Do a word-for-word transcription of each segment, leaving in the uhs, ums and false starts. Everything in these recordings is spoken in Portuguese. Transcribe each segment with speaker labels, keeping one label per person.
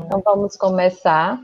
Speaker 1: Então, vamos começar.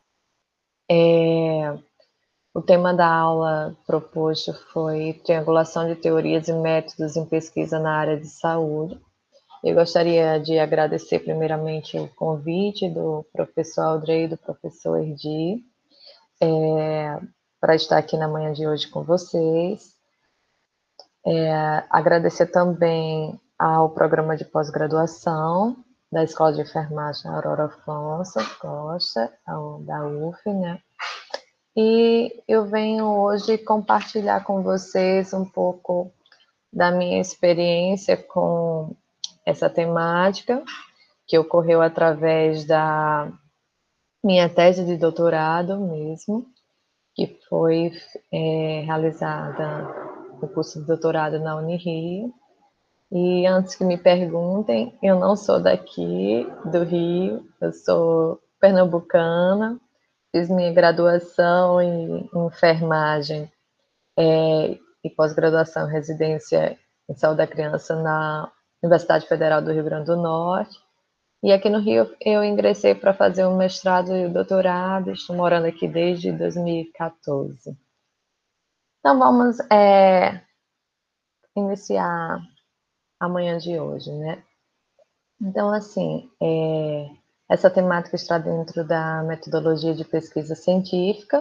Speaker 1: É, o tema da aula proposto foi triangulação de teorias e métodos em pesquisa na área de saúde. Eu gostaria de agradecer primeiramente o convite do professor Aldrey e do professor Erdi, é, para estar aqui na manhã de hoje com vocês. É, agradecer também ao programa de pós-graduação da Escola de Enfermagem Aurora Afonso Costa, da U F, né? E eu venho hoje compartilhar com vocês um pouco da minha experiência com essa temática, que ocorreu através da minha tese de doutorado mesmo, que foi é, realizada no curso de doutorado na Unirio. E antes que me perguntem, eu não sou daqui do Rio, eu sou pernambucana, fiz minha graduação em enfermagem é, e pós-graduação em residência em saúde da criança na Universidade Federal do Rio Grande do Norte. E aqui no Rio eu ingressei para fazer o mestrado e o doutorado, estou morando aqui desde dois mil e quatorze. Então vamos é, iniciar a manhã de hoje, né? Então, assim, é, essa temática está dentro da metodologia de pesquisa científica,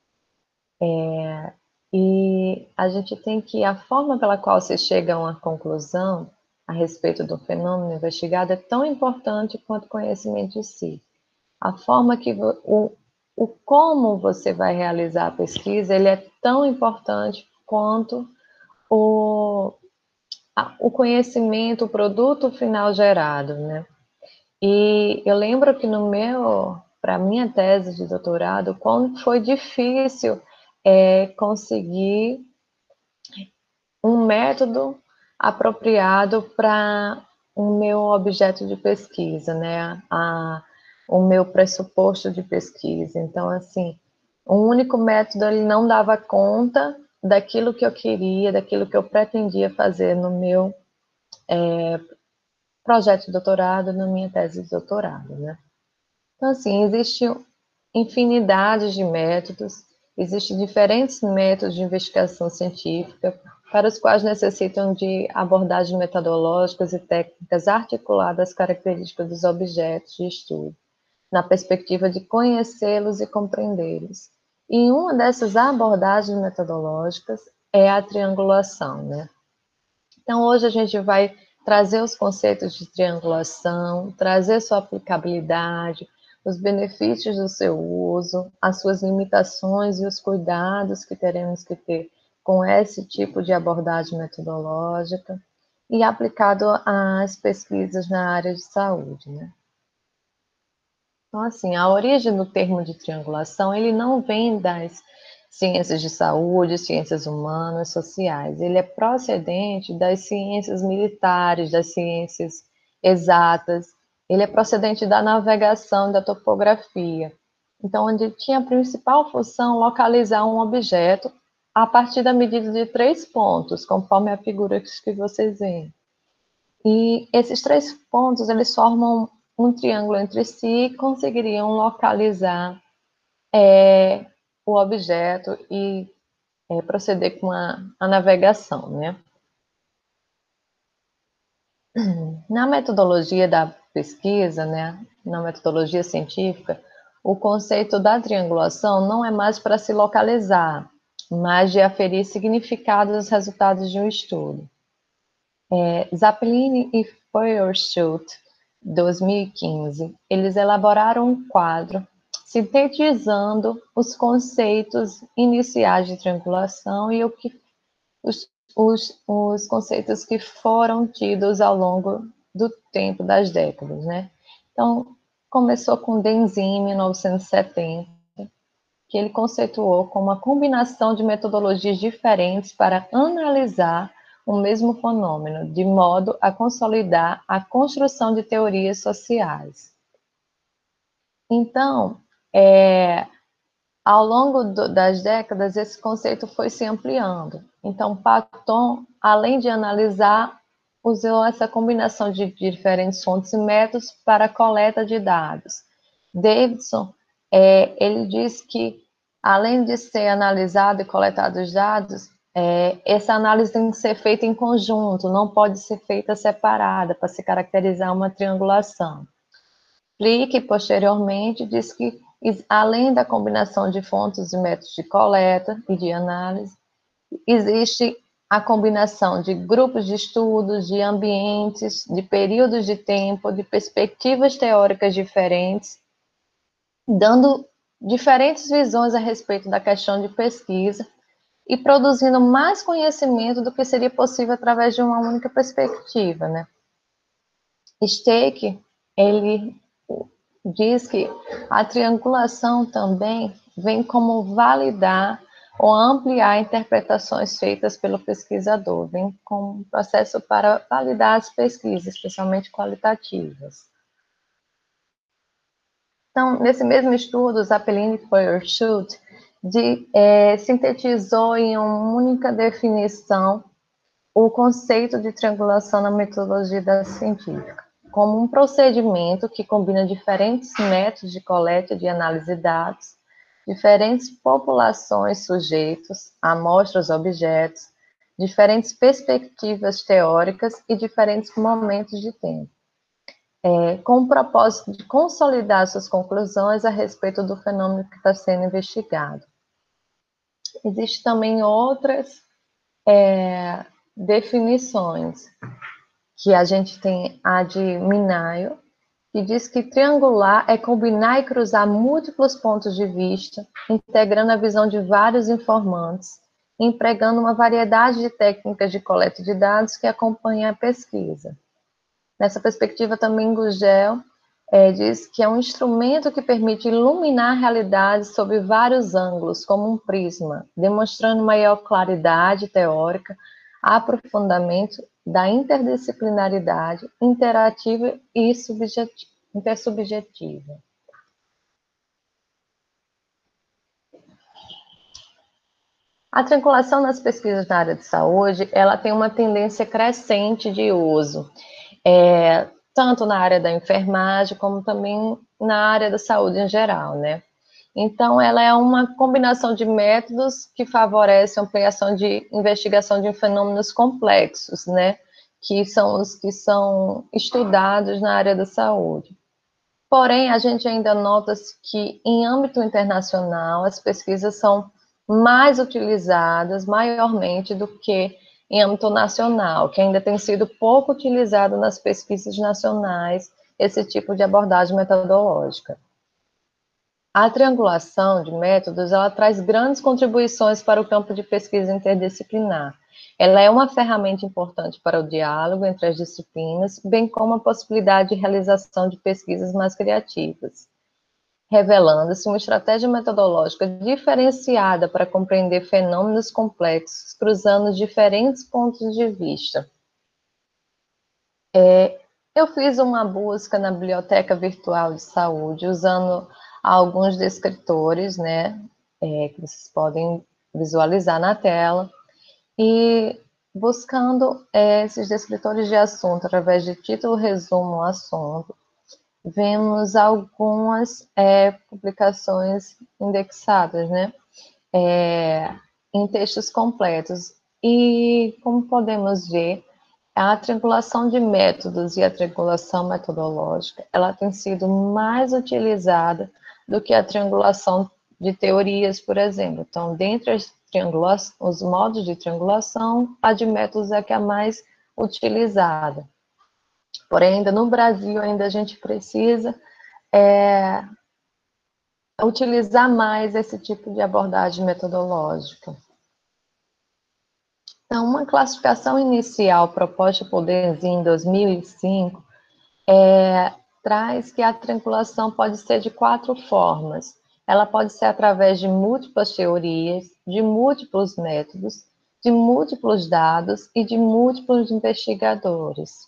Speaker 1: é, e a gente tem que, a forma pela qual se chega a uma conclusão a respeito do fenômeno investigado é tão importante quanto o conhecimento de si. A forma que, o, o como você vai realizar a pesquisa, ele é tão importante quanto o, a, o conhecimento, o produto final gerado, né? E eu lembro que no meu, para minha tese de doutorado, quando foi difícil é, conseguir um método apropriado para o meu objeto de pesquisa, né? A, o meu pressuposto de pesquisa. Então, assim, um único método ele não dava conta daquilo que eu queria, daquilo que eu pretendia fazer no meu é, projeto de doutorado, na minha tese de doutorado, né? Então, assim, existem infinidade de métodos, existem diferentes métodos de investigação científica, para os quais necessitam de abordagens metodológicas e técnicas articuladas às características dos objetos de estudo, na perspectiva de conhecê-los e compreendê-los. E uma dessas abordagens metodológicas é a triangulação, né? Então, hoje a gente vai trazer os conceitos de triangulação, trazer sua aplicabilidade, os benefícios do seu uso, as suas limitações e os cuidados que teremos que ter com esse tipo de abordagem metodológica e aplicado às pesquisas na área de saúde, né? Então, assim, a origem do termo de triangulação, ele não vem das ciências de saúde, ciências humanas, sociais. Ele é procedente das ciências militares, das ciências exatas. Ele é procedente da navegação, da topografia. Então, onde tinha a principal função localizar um objeto a partir da medida de três pontos, conforme a figura que vocês veem. E esses três pontos, eles formam um triângulo entre si e conseguiriam localizar é, o objeto e é, proceder com a, a navegação, né? Na metodologia da pesquisa, né, na metodologia científica, o conceito da triangulação não é mais para se localizar, mas de aferir significado dos resultados de um estudo. É, Zappellini e Feuerschutt, dois mil e quinze, eles elaboraram um quadro sintetizando os conceitos iniciais de triangulação e o que, os, os, os conceitos que foram tidos ao longo do tempo, das décadas, né? Então, começou com Denzin, em mil novecentos e setenta, que ele conceituou como uma combinação de metodologias diferentes para analisar o mesmo fenômeno, de modo a consolidar a construção de teorias sociais. Então, é, ao longo do, das décadas, esse conceito foi se ampliando. Então, Patton, além de analisar, usou essa combinação de, de diferentes fontes e métodos para a coleta de dados. Davidson, é, ele diz que, além de ser analisado e coletado os dados, é, essa análise tem que ser feita em conjunto, não pode ser feita separada, para se caracterizar uma triangulação. Flick, posteriormente, diz que, além da combinação de fontes e métodos de coleta e de análise, existe a combinação de grupos de estudos, de ambientes, de períodos de tempo, de perspectivas teóricas diferentes, dando diferentes visões a respeito da questão de pesquisa e produzindo mais conhecimento do que seria possível através de uma única perspectiva, né? Stake, ele diz que a triangulação também vem como validar ou ampliar interpretações feitas pelo pesquisador, vem como um processo para validar as pesquisas, especialmente qualitativas. Então, nesse mesmo estudo, Zappellini e Feuerschutz de, é, sintetizou em uma única definição o conceito de triangulação na metodologia da científica, como um procedimento que combina diferentes métodos de coleta e de análise de dados, diferentes populações, sujeitos, amostras, objetos, diferentes perspectivas teóricas e diferentes momentos de tempo, é, com o propósito de consolidar suas conclusões a respeito do fenômeno que está sendo investigado. Existem também outras é, definições, que a gente tem a de Minayo, que diz que triangular é combinar e cruzar múltiplos pontos de vista, integrando a visão de vários informantes, empregando uma variedade de técnicas de coleta de dados que acompanham a pesquisa. Nessa perspectiva, também Gugel é, diz que é um instrumento que permite iluminar a realidade sob vários ângulos, como um prisma, demonstrando maior claridade teórica, aprofundamento da interdisciplinaridade interativa e intersubjetiva. A triangulação nas pesquisas na área de saúde, ela tem uma tendência crescente de uso, é, tanto na área da enfermagem, como também na área da saúde em geral, né? Então, ela é uma combinação de métodos que favorece a ampliação de investigação de fenômenos complexos, né? Que são os que são estudados na área da saúde. Porém, a gente ainda nota que, em âmbito internacional, as pesquisas são mais utilizadas, maiormente, do que em âmbito nacional, que ainda tem sido pouco utilizado nas pesquisas nacionais, esse tipo de abordagem metodológica. A triangulação de métodos, ela traz grandes contribuições para o campo de pesquisa interdisciplinar. Ela é uma ferramenta importante para o diálogo entre as disciplinas, bem como a possibilidade de realização de pesquisas mais criativas, revelando-se uma estratégia metodológica diferenciada para compreender fenômenos complexos, cruzando diferentes pontos de vista. É, eu fiz uma busca na Biblioteca Virtual de Saúde, usando alguns descritores, né, é, que vocês podem visualizar na tela, e buscando é, esses descritores de assunto, através de título, resumo, assunto, vemos algumas é, publicações indexadas, né, é, em textos completos, e como podemos ver, a triangulação de métodos e a triangulação metodológica, ela tem sido mais utilizada do que a triangulação de teorias, por exemplo. Então, dentre as triangulações, os modos de triangulação, a de métodos é que é a mais utilizada. Porém, ainda no Brasil, ainda a gente precisa é, utilizar mais esse tipo de abordagem metodológica. Então, uma classificação inicial proposta por Denzin em dois mil e cinco é, traz que a triangulação pode ser de quatro formas. Ela pode ser através de múltiplas teorias, de múltiplos métodos, de múltiplos dados e de múltiplos investigadores.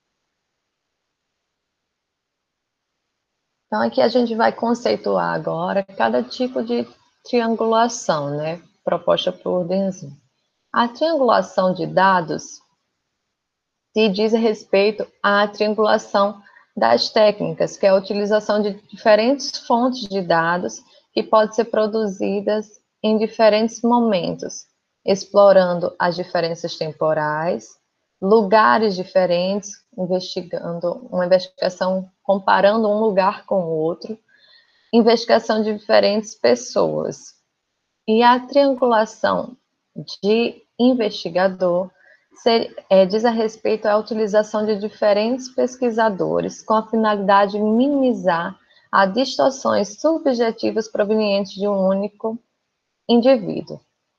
Speaker 1: Então, aqui a gente vai conceituar agora cada tipo de triangulação, né, proposta por Denzin. A triangulação de dados se diz respeito à triangulação das técnicas, que é a utilização de diferentes fontes de dados que podem ser produzidas em diferentes momentos, explorando as diferenças temporais, lugares diferentes, investigando uma investigação comparando um lugar com o outro, investigação de diferentes pessoas. E a triangulação de investigador ser, é, diz a respeito à utilização de diferentes pesquisadores com a finalidade de minimizar as distorções subjetivas provenientes de um único indivíduo.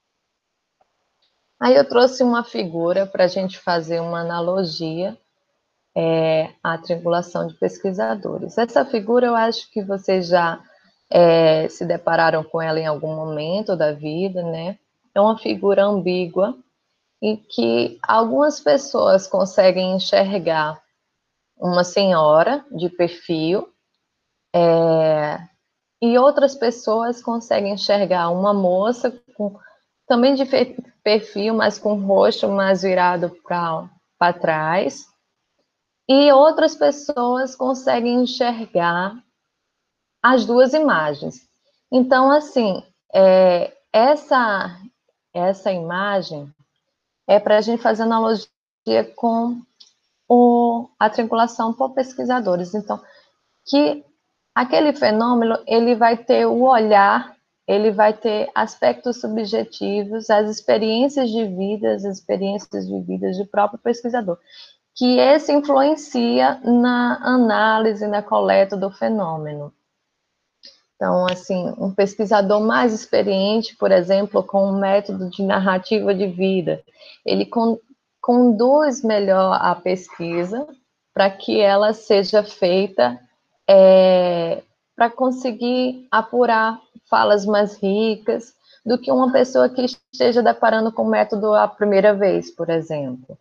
Speaker 1: Aí eu trouxe uma figura para a gente fazer uma analogia é, à triangulação de pesquisadores. Essa figura eu acho que vocês já é, se depararam com ela em algum momento da vida, né? É uma figura ambígua em que algumas pessoas conseguem enxergar uma senhora de perfil é, e outras pessoas conseguem enxergar uma moça com, também de perfil, mas com o rosto mais virado para trás, e outras pessoas conseguem enxergar as duas imagens. Então, assim, é, essa, essa imagem é para a gente fazer analogia com o, a triangulação por pesquisadores. Então, que aquele fenômeno, ele vai ter o olhar, ele vai ter aspectos subjetivos, as experiências de vida, as experiências de vida do próprio pesquisador, que esse influencia na análise, na coleta do fenômeno. Então, assim, um pesquisador mais experiente, por exemplo, com um método de narrativa de vida, ele con conduz melhor a pesquisa para que ela seja feita é, para conseguir apurar falas mais ricas do que uma pessoa que esteja deparando com o método a primeira vez, por exemplo.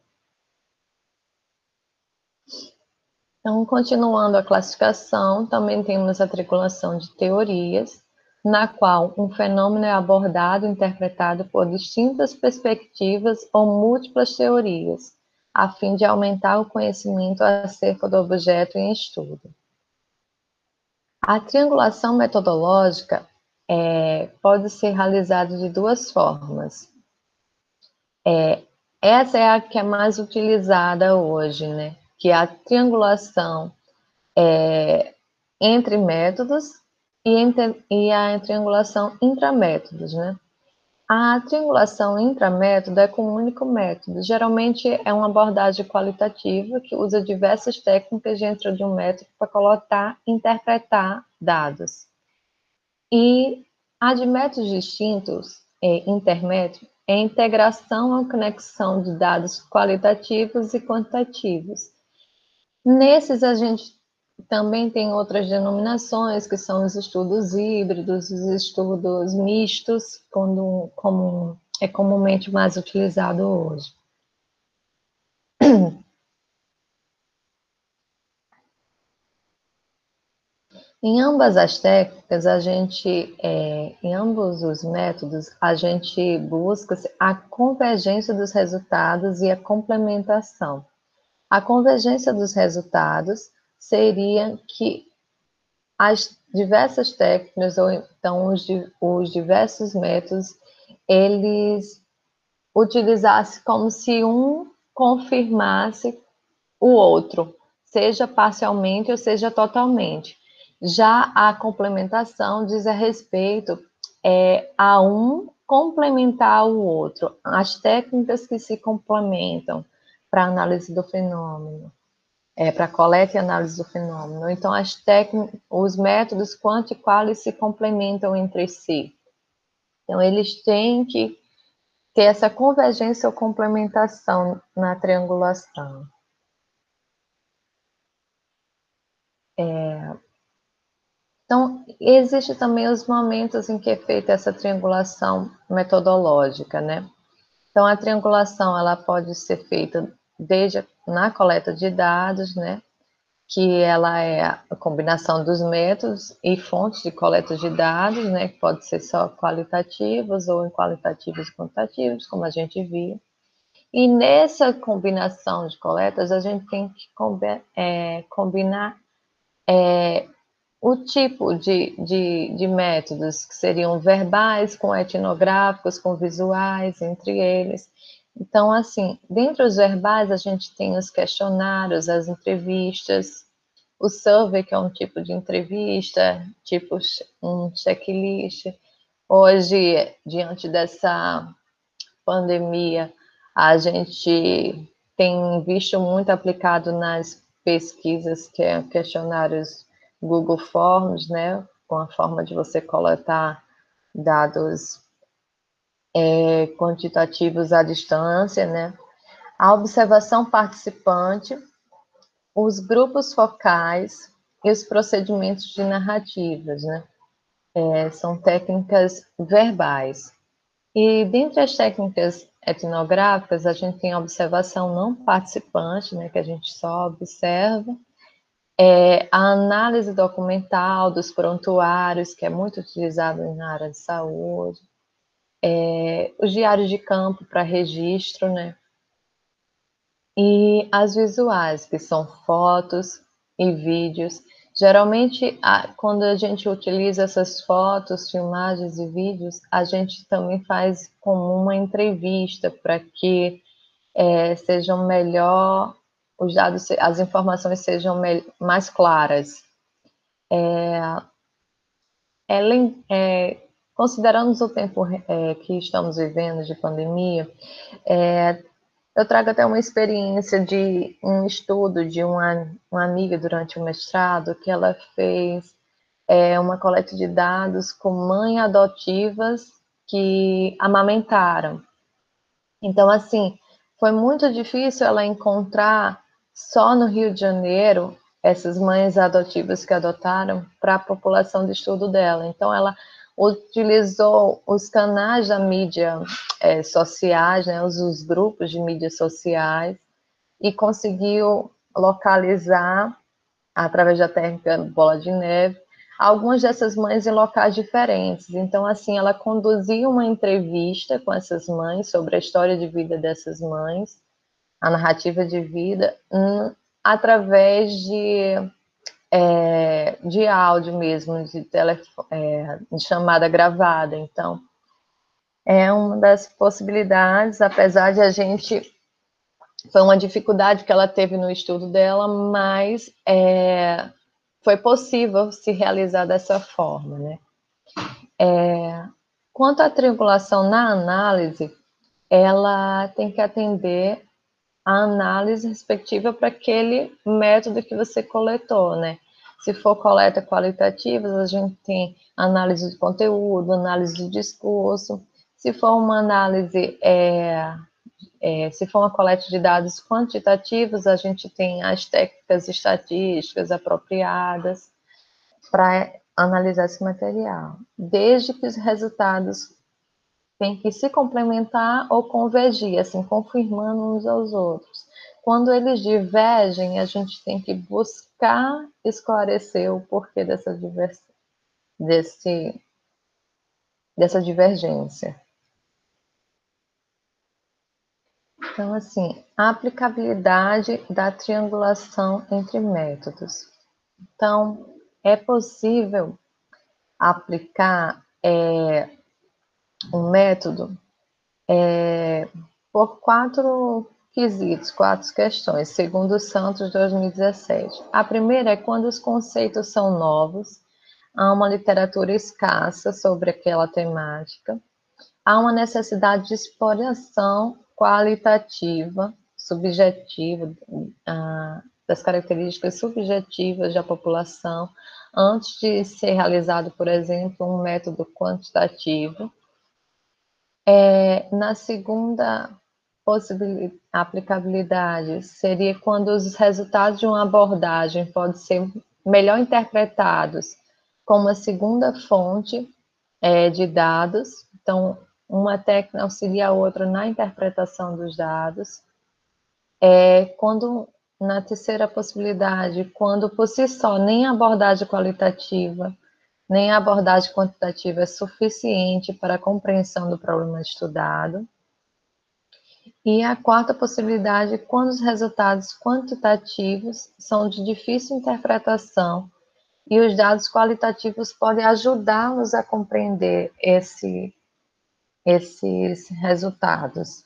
Speaker 1: Então, continuando a classificação, também temos a triangulação de teorias, na qual um fenômeno é abordado e interpretado por distintas perspectivas ou múltiplas teorias, a fim de aumentar o conhecimento acerca do objeto em estudo. A triangulação metodológica é, pode ser realizada de duas formas. É, essa é a que é mais utilizada hoje, né? Que é a triangulação é, entre métodos e, entre, e a triangulação intramétodos, né? A triangulação intramétodo é com um único método. Geralmente é uma abordagem qualitativa que usa diversas técnicas dentro de um método para coletar e interpretar dados. E a de métodos distintos, é, intermédio, é a integração ou conexão de dados qualitativos e quantitativos. Nesses, a gente também tem outras denominações, que são os estudos híbridos, os estudos mistos, quando, como é comumente mais utilizado hoje. Em ambas as técnicas, a gente, é, em ambos os métodos, a gente busca a convergência dos resultados e a complementação. A convergência dos resultados seria que as diversas técnicas, ou então os, os diversos métodos, eles utilizassem como se um confirmasse o outro, seja parcialmente ou seja totalmente. Já a complementação diz a respeito é, a um complementar o outro, as técnicas que se complementam para a análise do fenômeno, é, para a coleta e análise do fenômeno. Então, as técnicas, os métodos quanto e qual se complementam entre si. Então, eles têm que ter essa convergência ou complementação na triangulação. É, então, existe também os momentos em que é feita essa triangulação metodológica, né? Então, a triangulação, ela pode ser feita desde na coleta de dados, né? Que ela é a combinação dos métodos e fontes de coleta de dados, né? Que pode ser só qualitativos ou qualitativos e quantitativos, como a gente viu. E nessa combinação de coletas, a gente tem que é, combinar é, o tipo de, de, de métodos, que seriam verbais, com etnográficos, com visuais, entre eles. Então, assim, dentre os verbais, a gente tem os questionários, as entrevistas, o survey, que é um tipo de entrevista, tipo um checklist. Hoje, diante dessa pandemia, a gente tem visto muito aplicado nas pesquisas, que é questionários Google Forms, né, com a forma de você coletar dados é, quantitativos à distância, né, a observação participante, os grupos focais e os procedimentos de narrativas, né, é, são técnicas verbais. E dentre as técnicas etnográficas, a gente tem a observação não participante, né, que a gente só observa, é, a análise documental dos prontuários, que é muito utilizado na área de saúde, é, os diários de campo para registro, né, e as visuais, que são fotos e vídeos. Geralmente, quando a gente utiliza essas fotos, filmagens e vídeos, a gente também faz como uma entrevista para que é, sejam melhor, os dados, as informações sejam mais claras. É, é, é, considerando o tempo é, que estamos vivendo de pandemia, é, eu trago até uma experiência de um estudo de uma, uma amiga durante o mestrado, que ela fez é, uma coleta de dados com mães adotivas que amamentaram. Então, assim, foi muito difícil ela encontrar só no Rio de Janeiro essas mães adotivas que adotaram para a população de estudo dela. Então, ela utilizou os canais da mídia é, sociais, né, os, os grupos de mídias sociais, e conseguiu localizar, através da técnica bola de neve, algumas dessas mães em locais diferentes. Então, assim, ela conduzia uma entrevista com essas mães sobre a história de vida dessas mães, a narrativa de vida, um, através de, é, de áudio mesmo, de, telefone, é, de chamada gravada. Então, é uma das possibilidades, apesar de a gente... Foi uma dificuldade que ela teve no estudo dela, mas é, foi possível se realizar dessa forma, né? É, quanto à triangulação na análise, ela tem que atender a análise respectiva para aquele método que você coletou, né? Se for coleta qualitativa, a gente tem análise de conteúdo, análise de discurso. Se for uma análise, é, é, se for uma coleta de dados quantitativos, a gente tem as técnicas estatísticas apropriadas para analisar esse material, desde que os resultados têm que se complementar ou convergir, assim, confirmando uns aos outros. Quando eles divergem, a gente tem que buscar esclarecer o porquê dessa, divers... Desse... dessa divergência. Então, assim, a aplicabilidade da triangulação entre métodos. Então, é possível aplicar é, um método é, por quatro quesitos, quatro questões, segundo o Santos dois mil e dezessete. A primeira é quando os conceitos são novos, há uma literatura escassa sobre aquela temática, há uma necessidade de exploração qualitativa, subjetiva, ah, das características subjetivas da população, antes de ser realizado, por exemplo, um método quantitativo. É, na segunda aplicabilidade, seria quando os resultados de uma abordagem podem ser melhor interpretados como uma segunda fonte é, de dados. Então, uma técnica auxilia a outra na interpretação dos dados. É, quando, na terceira possibilidade, quando por si só nem a abordagem qualitativa nem a abordagem quantitativa é suficiente para a compreensão do problema estudado. E a quarta possibilidade, quando os resultados quantitativos são de difícil interpretação e os dados qualitativos podem ajudá-los a compreender esse, esses resultados.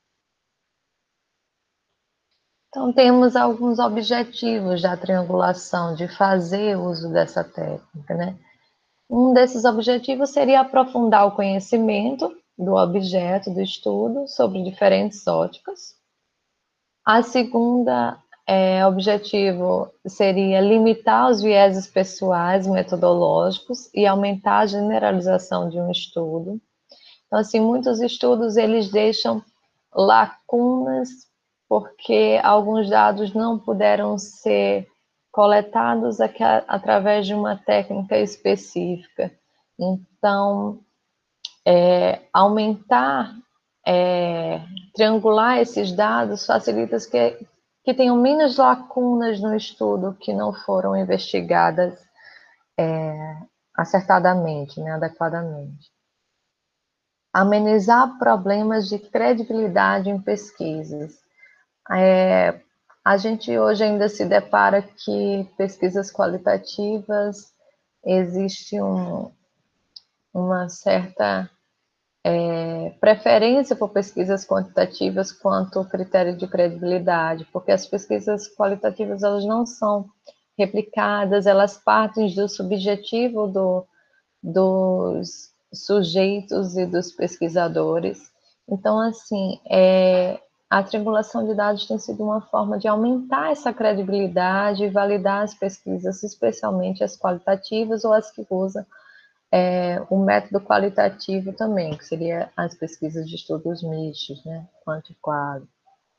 Speaker 1: Então, temos alguns objetivos da triangulação, de fazer uso dessa técnica, né? Um desses objetivos seria aprofundar o conhecimento do objeto do estudo sobre diferentes óticas. A segunda é, objetivo seria limitar os vieses pessoais metodológicos e aumentar a generalização de um estudo. Então, assim, muitos estudos eles deixam lacunas porque alguns dados não puderam ser coletados através de uma técnica específica. Então, é, aumentar, é, triangular esses dados facilita que, que tenham menos lacunas no estudo que não foram investigadas é, acertadamente, né, adequadamente. Amenizar problemas de credibilidade em pesquisas. É, a gente hoje ainda se depara que pesquisas qualitativas existe um, uma certa é, preferência por pesquisas quantitativas quanto ao critério de credibilidade, porque as pesquisas qualitativas elas não são replicadas, elas partem do subjetivo do, dos sujeitos e dos pesquisadores. Então, assim, é, a triangulação de dados tem sido uma forma de aumentar essa credibilidade e validar as pesquisas, especialmente as qualitativas ou as que usam é, o método qualitativo também, que seria as pesquisas de estudos mistos, né, quanto e quali.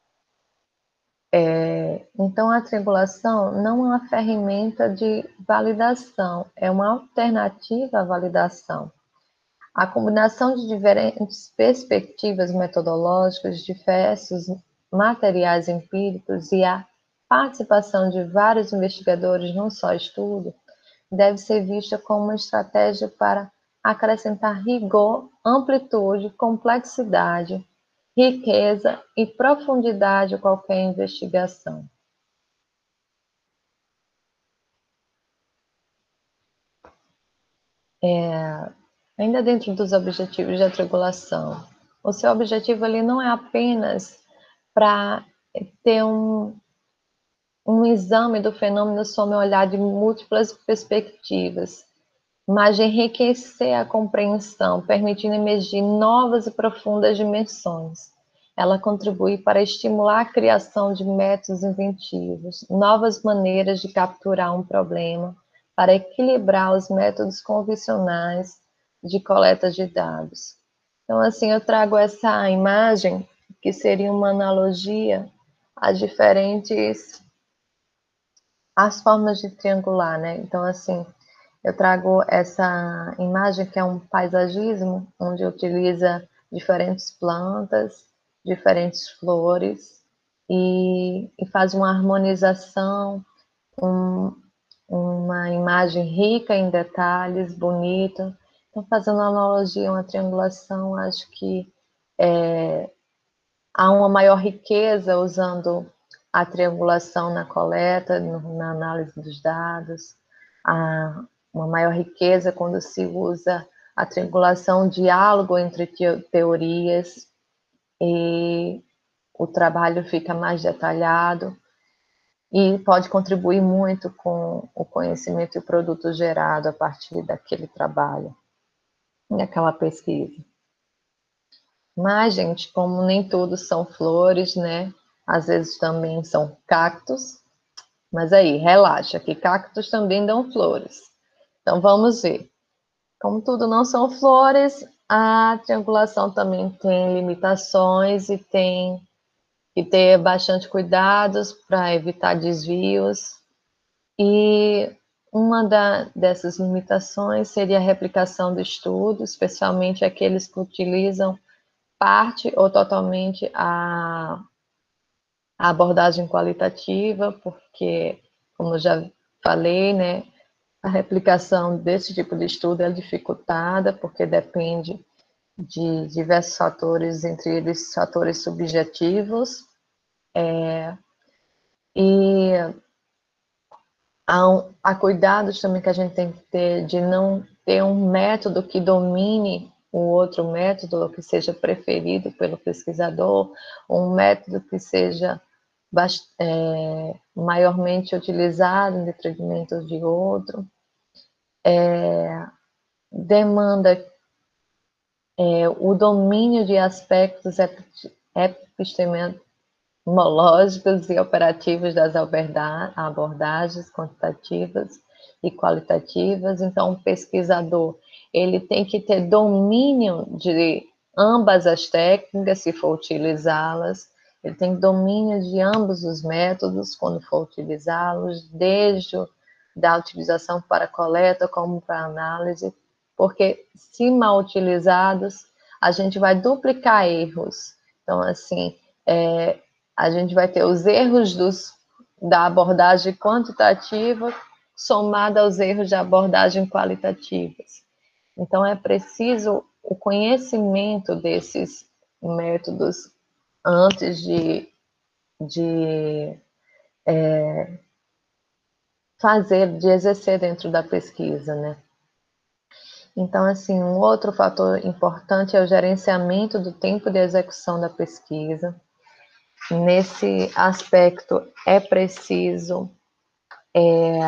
Speaker 1: É, então, a triangulação não é uma ferramenta de validação, é uma alternativa à validação. A combinação de diferentes perspectivas metodológicas, diversos materiais empíricos e a participação de vários investigadores num só estudo deve ser vista como uma estratégia para acrescentar rigor, amplitude, complexidade, riqueza e profundidade a qualquer investigação. É, ainda dentro dos objetivos da triangulação, o seu objetivo ali não é apenas para ter um, um exame do fenômeno sob um olhar de múltiplas perspectivas, mas de enriquecer a compreensão, permitindo emergir novas e profundas dimensões. Ela contribui para estimular a criação de métodos inventivos, novas maneiras de capturar um problema, para equilibrar os métodos convencionais de coleta de dados. Então, assim, eu trago essa imagem, que seria uma analogia a diferentes as formas de triangular, né? Então, assim, eu trago essa imagem que é um paisagismo, onde utiliza diferentes plantas, diferentes flores, e, e faz uma harmonização, um, uma imagem rica em detalhes, bonita. Então, fazendo uma analogia, uma triangulação, acho que é, há uma maior riqueza usando a triangulação na coleta, na análise dos dados, há uma maior riqueza quando se usa a triangulação, o diálogo entre teorias, e o trabalho fica mais detalhado e pode contribuir muito com o conhecimento e o produto gerado a partir daquele trabalho, daquela pesquisa. Mas, gente, como nem tudo são flores, né? Às vezes também são cactos. Mas aí, relaxa, que cactos também dão flores. Então, vamos ver. Como tudo não são flores, a triangulação também tem limitações e tem que ter bastante cuidados para evitar desvios. E uma da, dessas limitações seria a replicação do estudo, especialmente aqueles que utilizam parte ou totalmente a, a abordagem qualitativa, porque, como eu já falei, né, a replicação desse tipo de estudo é dificultada, porque depende de diversos fatores, entre eles fatores subjetivos, é, e há, um, há cuidados também que a gente tem que ter de não ter um método que domine o outro método, ou que seja preferido pelo pesquisador, ou um método que seja é, maiormente utilizado em detrimento de outro. É, demanda é, o domínio de aspectos epistemológicos e operativos das abordagens quantitativas e qualitativas. Então, o pesquisador ele tem que ter domínio de ambas as técnicas, se for utilizá-las, ele tem domínio de ambos os métodos, quando for utilizá-los, desde da utilização para coleta como para análise, porque se mal utilizados, a gente vai duplicar erros. Então, assim, é, a gente vai ter os erros dos, da abordagem quantitativa somada aos erros de abordagem qualitativas. Então, é preciso o conhecimento desses métodos antes de, de é, fazer, de exercer dentro da pesquisa, né? Então, assim, um outro fator importante é o gerenciamento do tempo de execução da pesquisa. Nesse aspecto, é preciso é,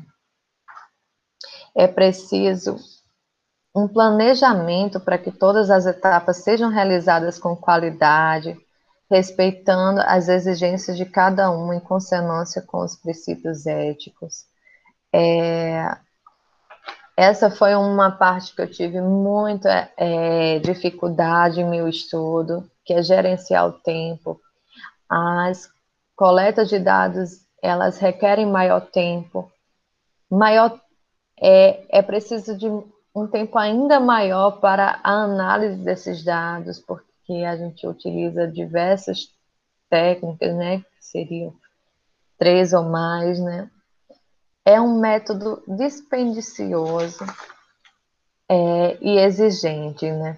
Speaker 1: é preciso um planejamento para que todas as etapas sejam realizadas com qualidade, respeitando as exigências de cada um em consonância com os princípios éticos. É, essa foi uma parte que eu tive muita é, dificuldade em meu estudo, que é gerenciar o tempo. As coletas de dados, elas requerem maior tempo, maior é, é preciso de um tempo ainda maior para a análise desses dados, porque a gente utiliza diversas técnicas, né, que seriam três ou mais, né. É um método dispendicioso é, e exigente, né.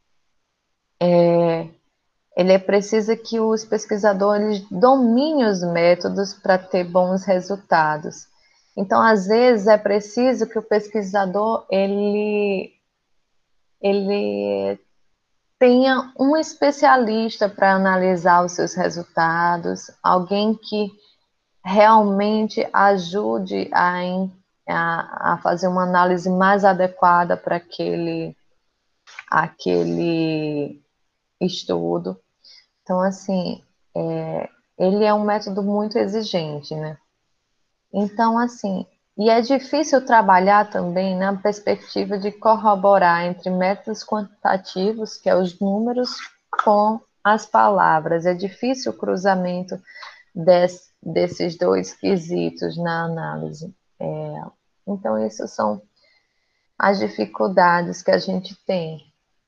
Speaker 1: É, ele é preciso que os pesquisadores dominem os métodos para ter bons resultados. Então, às vezes, é preciso que o pesquisador ele, ele tenha um especialista para analisar os seus resultados, alguém que realmente ajude a, a, a fazer uma análise mais adequada para aquele, aquele estudo. Então, assim, é, ele é um método muito exigente, né? Então, assim, e é difícil trabalhar também na perspectiva de corroborar entre métodos quantitativos, que é os números, com as palavras. É difícil o cruzamento des, desses dois quesitos na análise. É, então, essas são as dificuldades que a gente tem.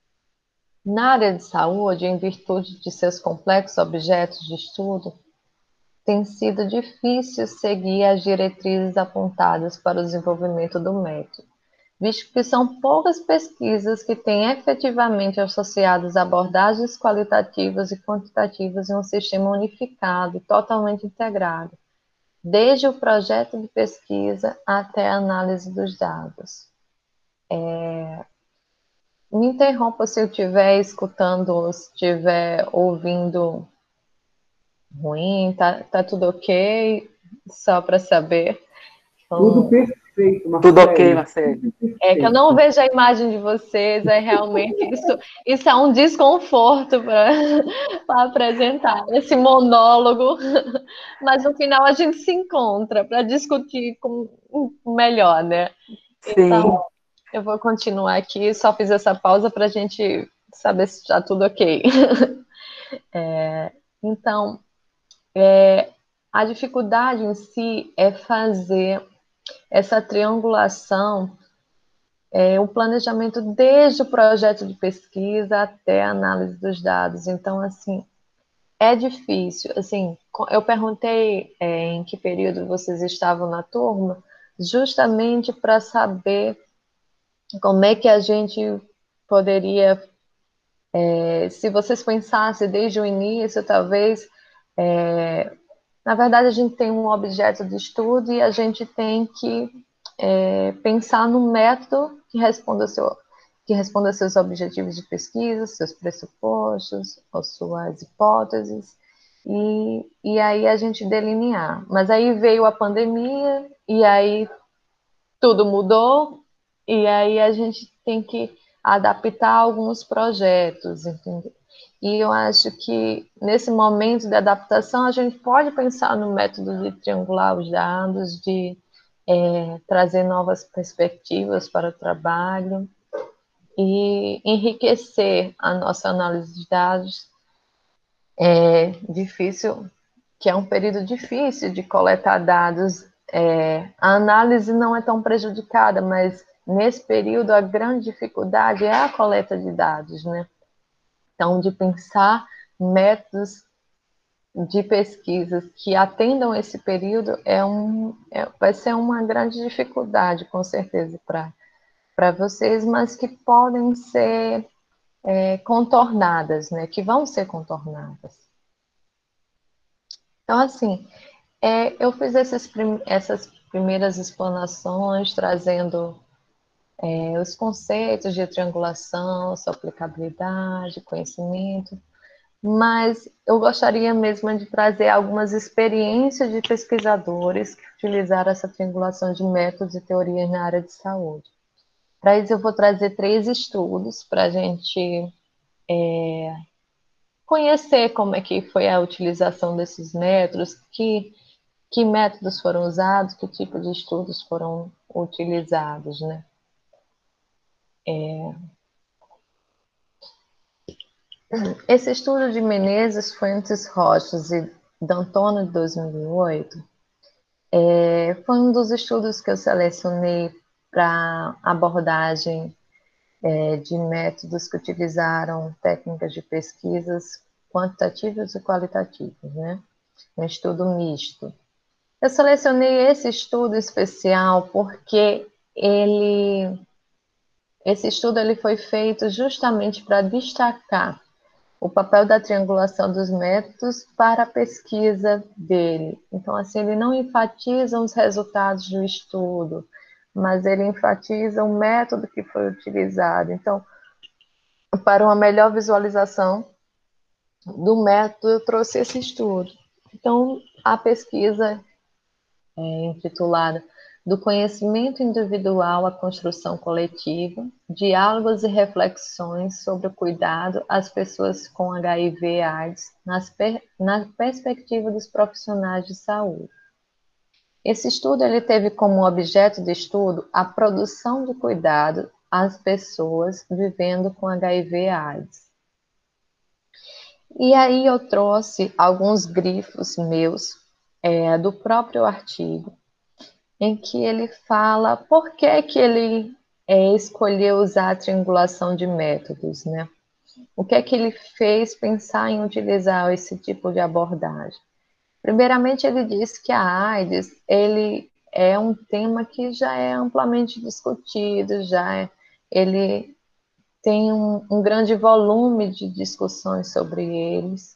Speaker 1: Na área de saúde, em virtude de seus complexos objetos de estudo, tem sido difícil seguir as diretrizes apontadas para o desenvolvimento do método, visto que são poucas pesquisas que têm efetivamente associadas abordagens qualitativas e quantitativas em um sistema unificado e totalmente integrado, desde o projeto de pesquisa até a análise dos dados. É... Me interrompa se eu estiver escutando, se estiver ouvindo ruim, tá, tá tudo ok? Só para saber.
Speaker 2: Tudo
Speaker 1: Então,
Speaker 2: perfeito, Marcelo.
Speaker 3: Tudo ok, Marcelo.
Speaker 1: é que eu não vejo a imagem de vocês, é realmente isso, isso é um desconforto para apresentar esse monólogo, mas no final a gente se encontra para discutir com melhor, né?
Speaker 3: Sim.
Speaker 1: Então, eu vou continuar aqui, só fiz essa pausa para a gente saber se está tudo ok. É, então, é, a dificuldade em si é fazer essa triangulação, é, o planejamento desde o projeto de pesquisa até a análise dos dados. Então, assim, é difícil. Assim, eu perguntei é, em que período vocês estavam na turma, justamente para saber como é que a gente poderia É, se vocês pensassem desde o início, talvez, é, na verdade, a gente tem um objeto de estudo e a gente tem que é, pensar num método que responda, seu, que responda aos seus objetivos de pesquisa, seus pressupostos, ou suas hipóteses, e, e aí a gente delinear. Mas aí veio a pandemia, e aí tudo mudou, e aí a gente tem que adaptar alguns projetos, entendeu? E eu acho que nesse momento de adaptação a gente pode pensar no método de triangular os dados, de é, trazer novas perspectivas para o trabalho e enriquecer a nossa análise de dados. É difícil, que é um período difícil de coletar dados. É, a análise não é tão prejudicada, mas nesse período a grande dificuldade é a coleta de dados, né? Então, de pensar métodos de pesquisas que atendam esse período é um, é, vai ser uma grande dificuldade, com certeza, para para vocês, mas que podem ser é, contornadas, né? Que vão ser contornadas. Então, assim, é, eu fiz esses prim essas primeiras explanações, trazendo é, os conceitos de triangulação, sua aplicabilidade, conhecimento, mas eu gostaria mesmo de trazer algumas experiências de pesquisadores que utilizaram essa triangulação de métodos e teorias na área de saúde. Para isso, eu vou trazer três estudos para a gente é, conhecer como é que foi a utilização desses métodos, que, que métodos foram usados, que tipo de estudos foram utilizados, né? É, esse estudo de Menezes, Fuentes Rochas e D'Antona, de dois mil e oito, é, foi um dos estudos que eu selecionei para abordagem é, de métodos que utilizaram técnicas de pesquisas quantitativas e qualitativas, né? Um estudo misto. Eu selecionei esse estudo especial porque ele, esse estudo ele foi feito justamente para destacar o papel da triangulação dos métodos para a pesquisa dele. Então, assim, ele não enfatiza os resultados do estudo, mas ele enfatiza o método que foi utilizado. Então, para uma melhor visualização do método, eu trouxe esse estudo. Então, a pesquisa é intitulada Do Conhecimento Individual à Construção Coletiva, Diálogos e Reflexões sobre o Cuidado às Pessoas com H I V AIDS per na perspectiva dos profissionais de saúde. Esse estudo ele teve como objeto de estudo a produção de cuidado às pessoas vivendo com H I V AIDS. E aí eu trouxe alguns grifos meus é, do próprio artigo, em que ele fala por que, que ele é, escolheu usar a triangulação de métodos, né? O que é que ele fez pensar em utilizar esse tipo de abordagem? Primeiramente, ele disse que a AIDS ele é um tema que já é amplamente discutido, já é, ele tem um, um grande volume de discussões sobre eles.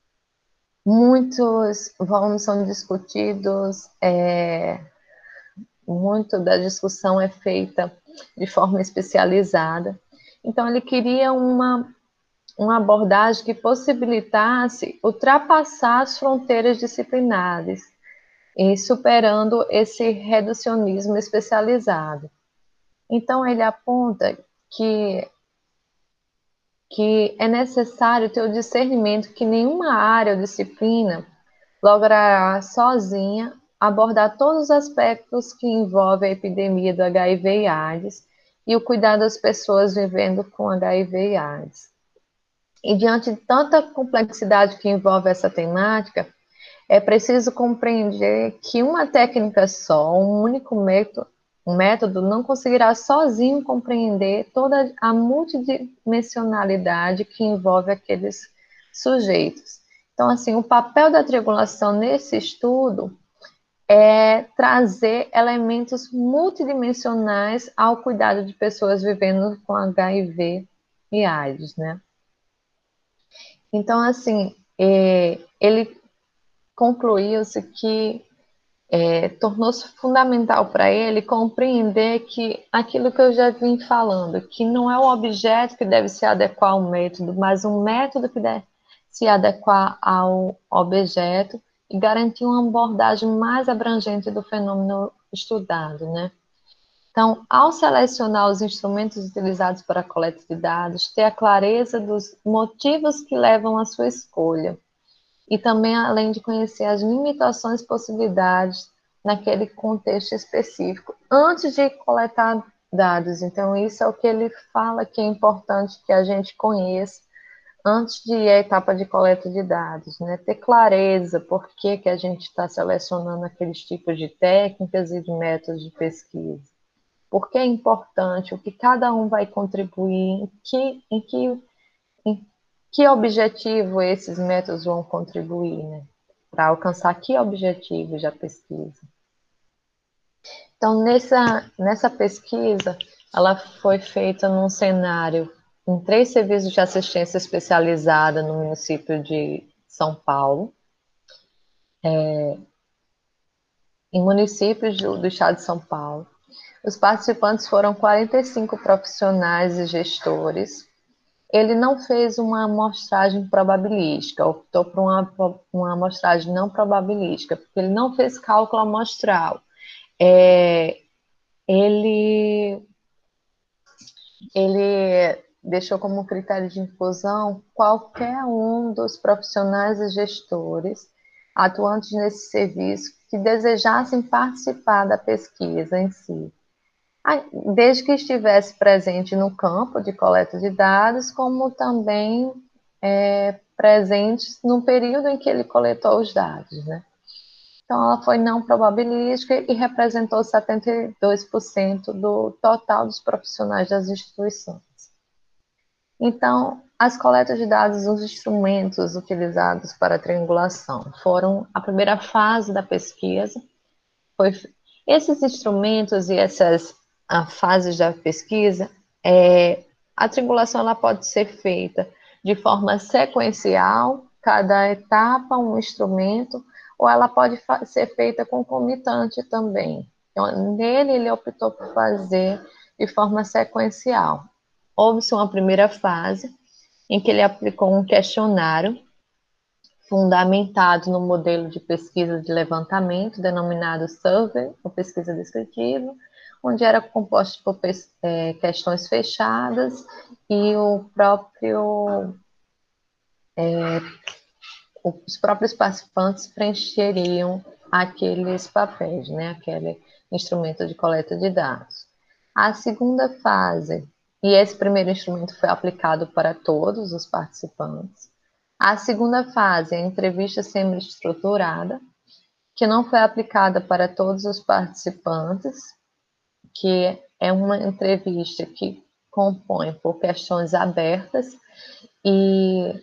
Speaker 1: Muitos volumes são discutidos, é, muito da discussão é feita de forma especializada. Então, ele queria uma, uma abordagem que possibilitasse ultrapassar as fronteiras disciplinares e superando esse reducionismo especializado. Então, ele aponta que, que é necessário ter o discernimento que nenhuma área ou disciplina logrará sozinha abordar todos os aspectos que envolvem a epidemia do H I V e AIDS e o cuidado das pessoas vivendo com H I V e AIDS. E diante de tanta complexidade que envolve essa temática, é preciso compreender que uma técnica só, um único método, um método não conseguirá sozinho compreender toda a multidimensionalidade que envolve aqueles sujeitos. Então, assim, o papel da triangulação nesse estudo é trazer elementos multidimensionais ao cuidado de pessoas vivendo com H I V e AIDS, né? Então, assim, é, ele concluiu-se que é, tornou-se fundamental para ele compreender que aquilo que eu já vim falando, que não é o objeto que deve se adequar ao método, mas um método que deve se adequar ao objeto e garantir uma abordagem mais abrangente do fenômeno estudado, né? Então, ao selecionar os instrumentos utilizados para a coleta de dados, ter a clareza dos motivos que levam à sua escolha, e também além de conhecer as limitações e possibilidades naquele contexto específico, antes de coletar dados. Então, isso é o que ele fala que é importante que a gente conheça antes de ir à etapa de coleta de dados, né? Ter clareza por que, que a gente está selecionando aqueles tipos de técnicas e de métodos de pesquisa. Por que é importante, o que cada um vai contribuir, em que, em que, em que objetivo esses métodos vão contribuir, né? Para alcançar que objetivos da pesquisa. Então, nessa, nessa pesquisa, ela foi feita num cenário em três serviços de assistência especializada no município de São Paulo, é, em municípios do, do estado de São Paulo. Os participantes foram quarenta e cinco profissionais e gestores. Ele não fez uma amostragem probabilística, optou por uma, uma amostragem não probabilística, porque ele não fez cálculo amostral. É, ele, ele deixou como critério de inclusão qualquer um dos profissionais e gestores atuantes nesse serviço que desejassem participar da pesquisa em si, desde que estivesse presente no campo de coleta de dados, como também é, presentes no período em que ele coletou os dados, né? Então, ela foi não probabilística e representou setenta e dois por cento do total dos profissionais das instituições. Então, as coletas de dados, os instrumentos utilizados para a triangulação, foram a primeira fase da pesquisa. Foi, esses instrumentos e essas a, fases da pesquisa, é, a triangulação ela pode ser feita de forma sequencial, cada etapa um instrumento, ou ela pode ser feita concomitante também. Então, nele, ele optou por fazer de forma sequencial. Houve-se uma primeira fase, em que ele aplicou um questionário fundamentado no modelo de pesquisa de levantamento, denominado Survey, ou pesquisa descritiva, onde era composto por é, questões fechadas e o próprio, é, os próprios participantes preencheriam aqueles papéis, né, aquele instrumento de coleta de dados. A segunda fase, e esse primeiro instrumento foi aplicado para todos os participantes. A segunda fase é a entrevista semi-estruturada, que não foi aplicada para todos os participantes, que é uma entrevista que compõe por questões abertas e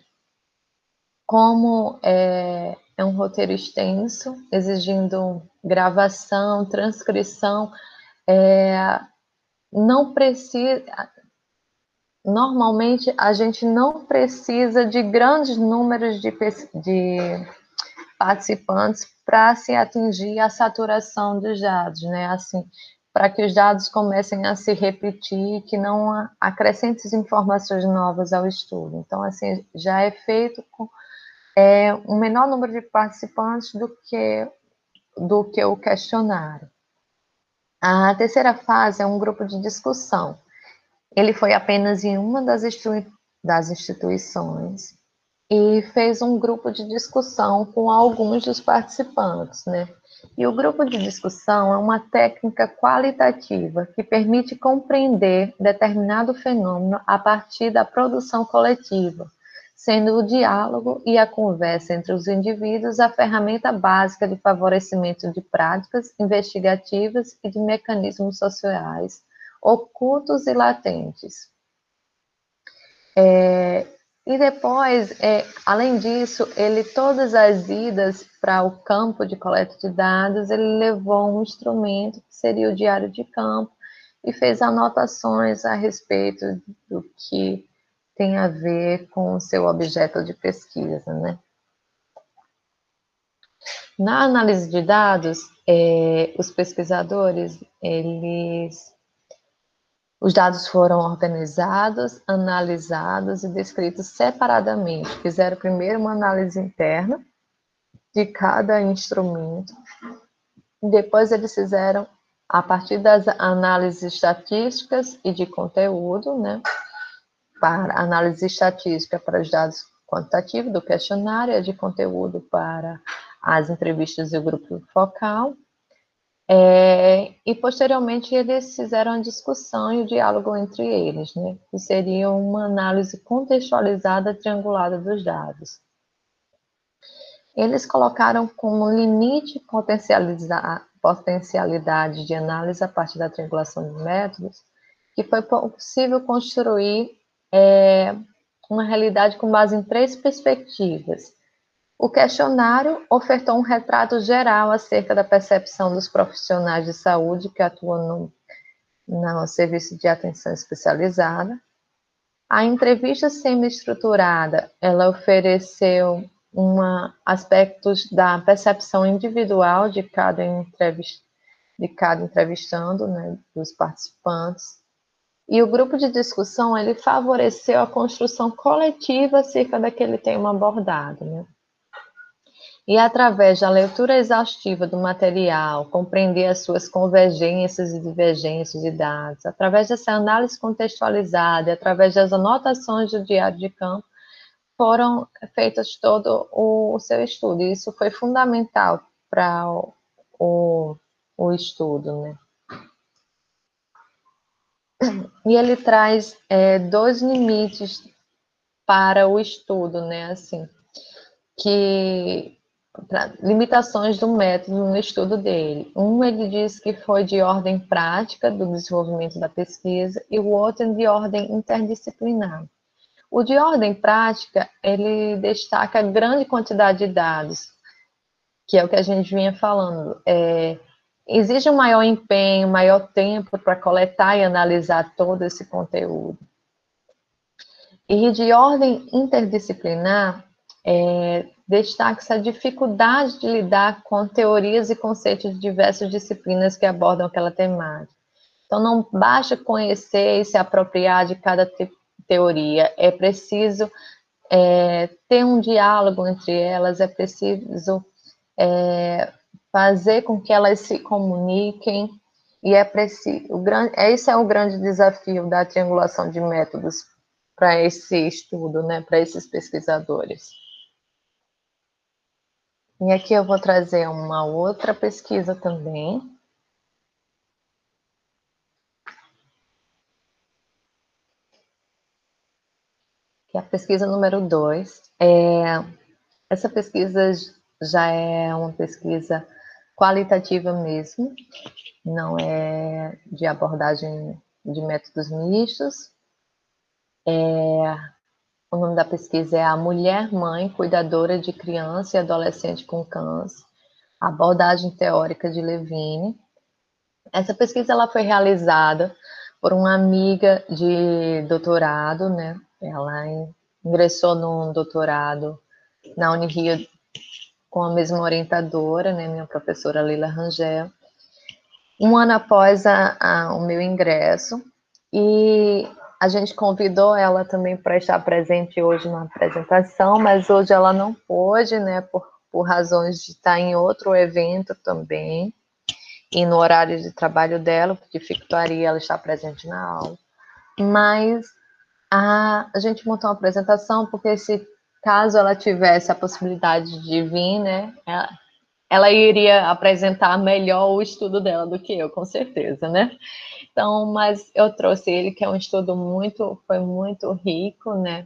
Speaker 1: como é, é um roteiro extenso, exigindo gravação, transcrição, é, não precisa, normalmente a gente não precisa de grandes números de, de participantes para se atingir a saturação dos dados, né? Assim, para que os dados comecem a se repetir, que não acrescentem informações novas ao estudo. Então, assim, já é feito com é, um menor número de participantes do que, do que o questionário. A terceira fase é um grupo de discussão. Ele foi apenas em uma das, institui das instituições e fez um grupo de discussão com alguns dos participantes, né? E o grupo de discussão é uma técnica qualitativa que permite compreender determinado fenômeno a partir da produção coletiva, sendo o diálogo e a conversa entre os indivíduos a ferramenta básica de favorecimento de práticas investigativas e de mecanismos sociais ocultos e latentes. É, e depois, é, além disso, ele, todas as idas para o campo de coleta de dados, ele levou um instrumento, que seria o diário de campo, e fez anotações a respeito do que tem a ver com o seu objeto de pesquisa, né? Na análise de dados, é, os pesquisadores, eles, os dados foram organizados, analisados e descritos separadamente. Fizeram primeiro uma análise interna de cada instrumento, e depois eles fizeram, a partir das análises estatísticas e de conteúdo, né, para análise estatística para os dados quantitativos do questionário, e de conteúdo para as entrevistas do grupo focal, é, e posteriormente eles fizeram a discussão e o diálogo entre eles, né, que seria uma análise contextualizada triangulada dos dados. Eles colocaram como limite potencialidade de análise a partir da triangulação de métodos, que foi possível construir é, uma realidade com base em três perspectivas. O questionário ofertou um retrato geral acerca da percepção dos profissionais de saúde que atuam no, no serviço de atenção especializada. A entrevista semi-estruturada, ela ofereceu uma, aspectos da percepção individual de cada, entrevist, de cada entrevistando, né, dos participantes. E o grupo de discussão, ele favoreceu a construção coletiva acerca daquele tema abordado, né? E através da leitura exaustiva do material, compreender as suas convergências e divergências de dados, através dessa análise contextualizada, através das anotações do diário de campo, foram feitas todo o, o seu estudo. E isso foi fundamental para o, o, o estudo, né? E ele traz é, dois limites para o estudo, né? Assim, que limitações do método no estudo dele. Um, ele diz que foi de ordem prática do desenvolvimento da pesquisa e o outro de ordem interdisciplinar. O de ordem prática, ele destaca a grande quantidade de dados, que é o que a gente vinha falando. É, exige um maior empenho, maior tempo para coletar e analisar todo esse conteúdo. E de ordem interdisciplinar, é, destaca-se a dificuldade de lidar com teorias e conceitos de diversas disciplinas que abordam aquela temática. Então, não basta conhecer e se apropriar de cada te teoria, é preciso é, ter um diálogo entre elas, é preciso é, fazer com que elas se comuniquem, e é preciso, o grande, esse é o grande desafio da triangulação de métodos para esse estudo, né, para esses pesquisadores. E aqui eu vou trazer uma outra pesquisa também. Que é a pesquisa número dois. É, essa pesquisa já é uma pesquisa qualitativa mesmo, não é de abordagem de métodos mistos. É, o nome da pesquisa é A Mulher Mãe Cuidadora de Criança e Adolescente com Câncer, abordagem teórica de Levine. Essa pesquisa ela foi realizada por uma amiga de doutorado, né? Ela ingressou num doutorado na Unirio com a mesma orientadora, né? Minha professora Leila Rangel. Um ano após a, a, o meu ingresso, e a gente convidou ela também para estar presente hoje na apresentação, mas hoje ela não pôde, né? Por, por razões de estar em outro evento também. E no horário de trabalho dela, que dificultaria ela estar presente na aula. Mas a, a gente montou uma apresentação, porque se caso ela tivesse a possibilidade de vir, né, ela, ela iria apresentar melhor o estudo dela do que eu, com certeza, né? Então, mas eu trouxe ele, que é um estudo muito, foi muito rico, né?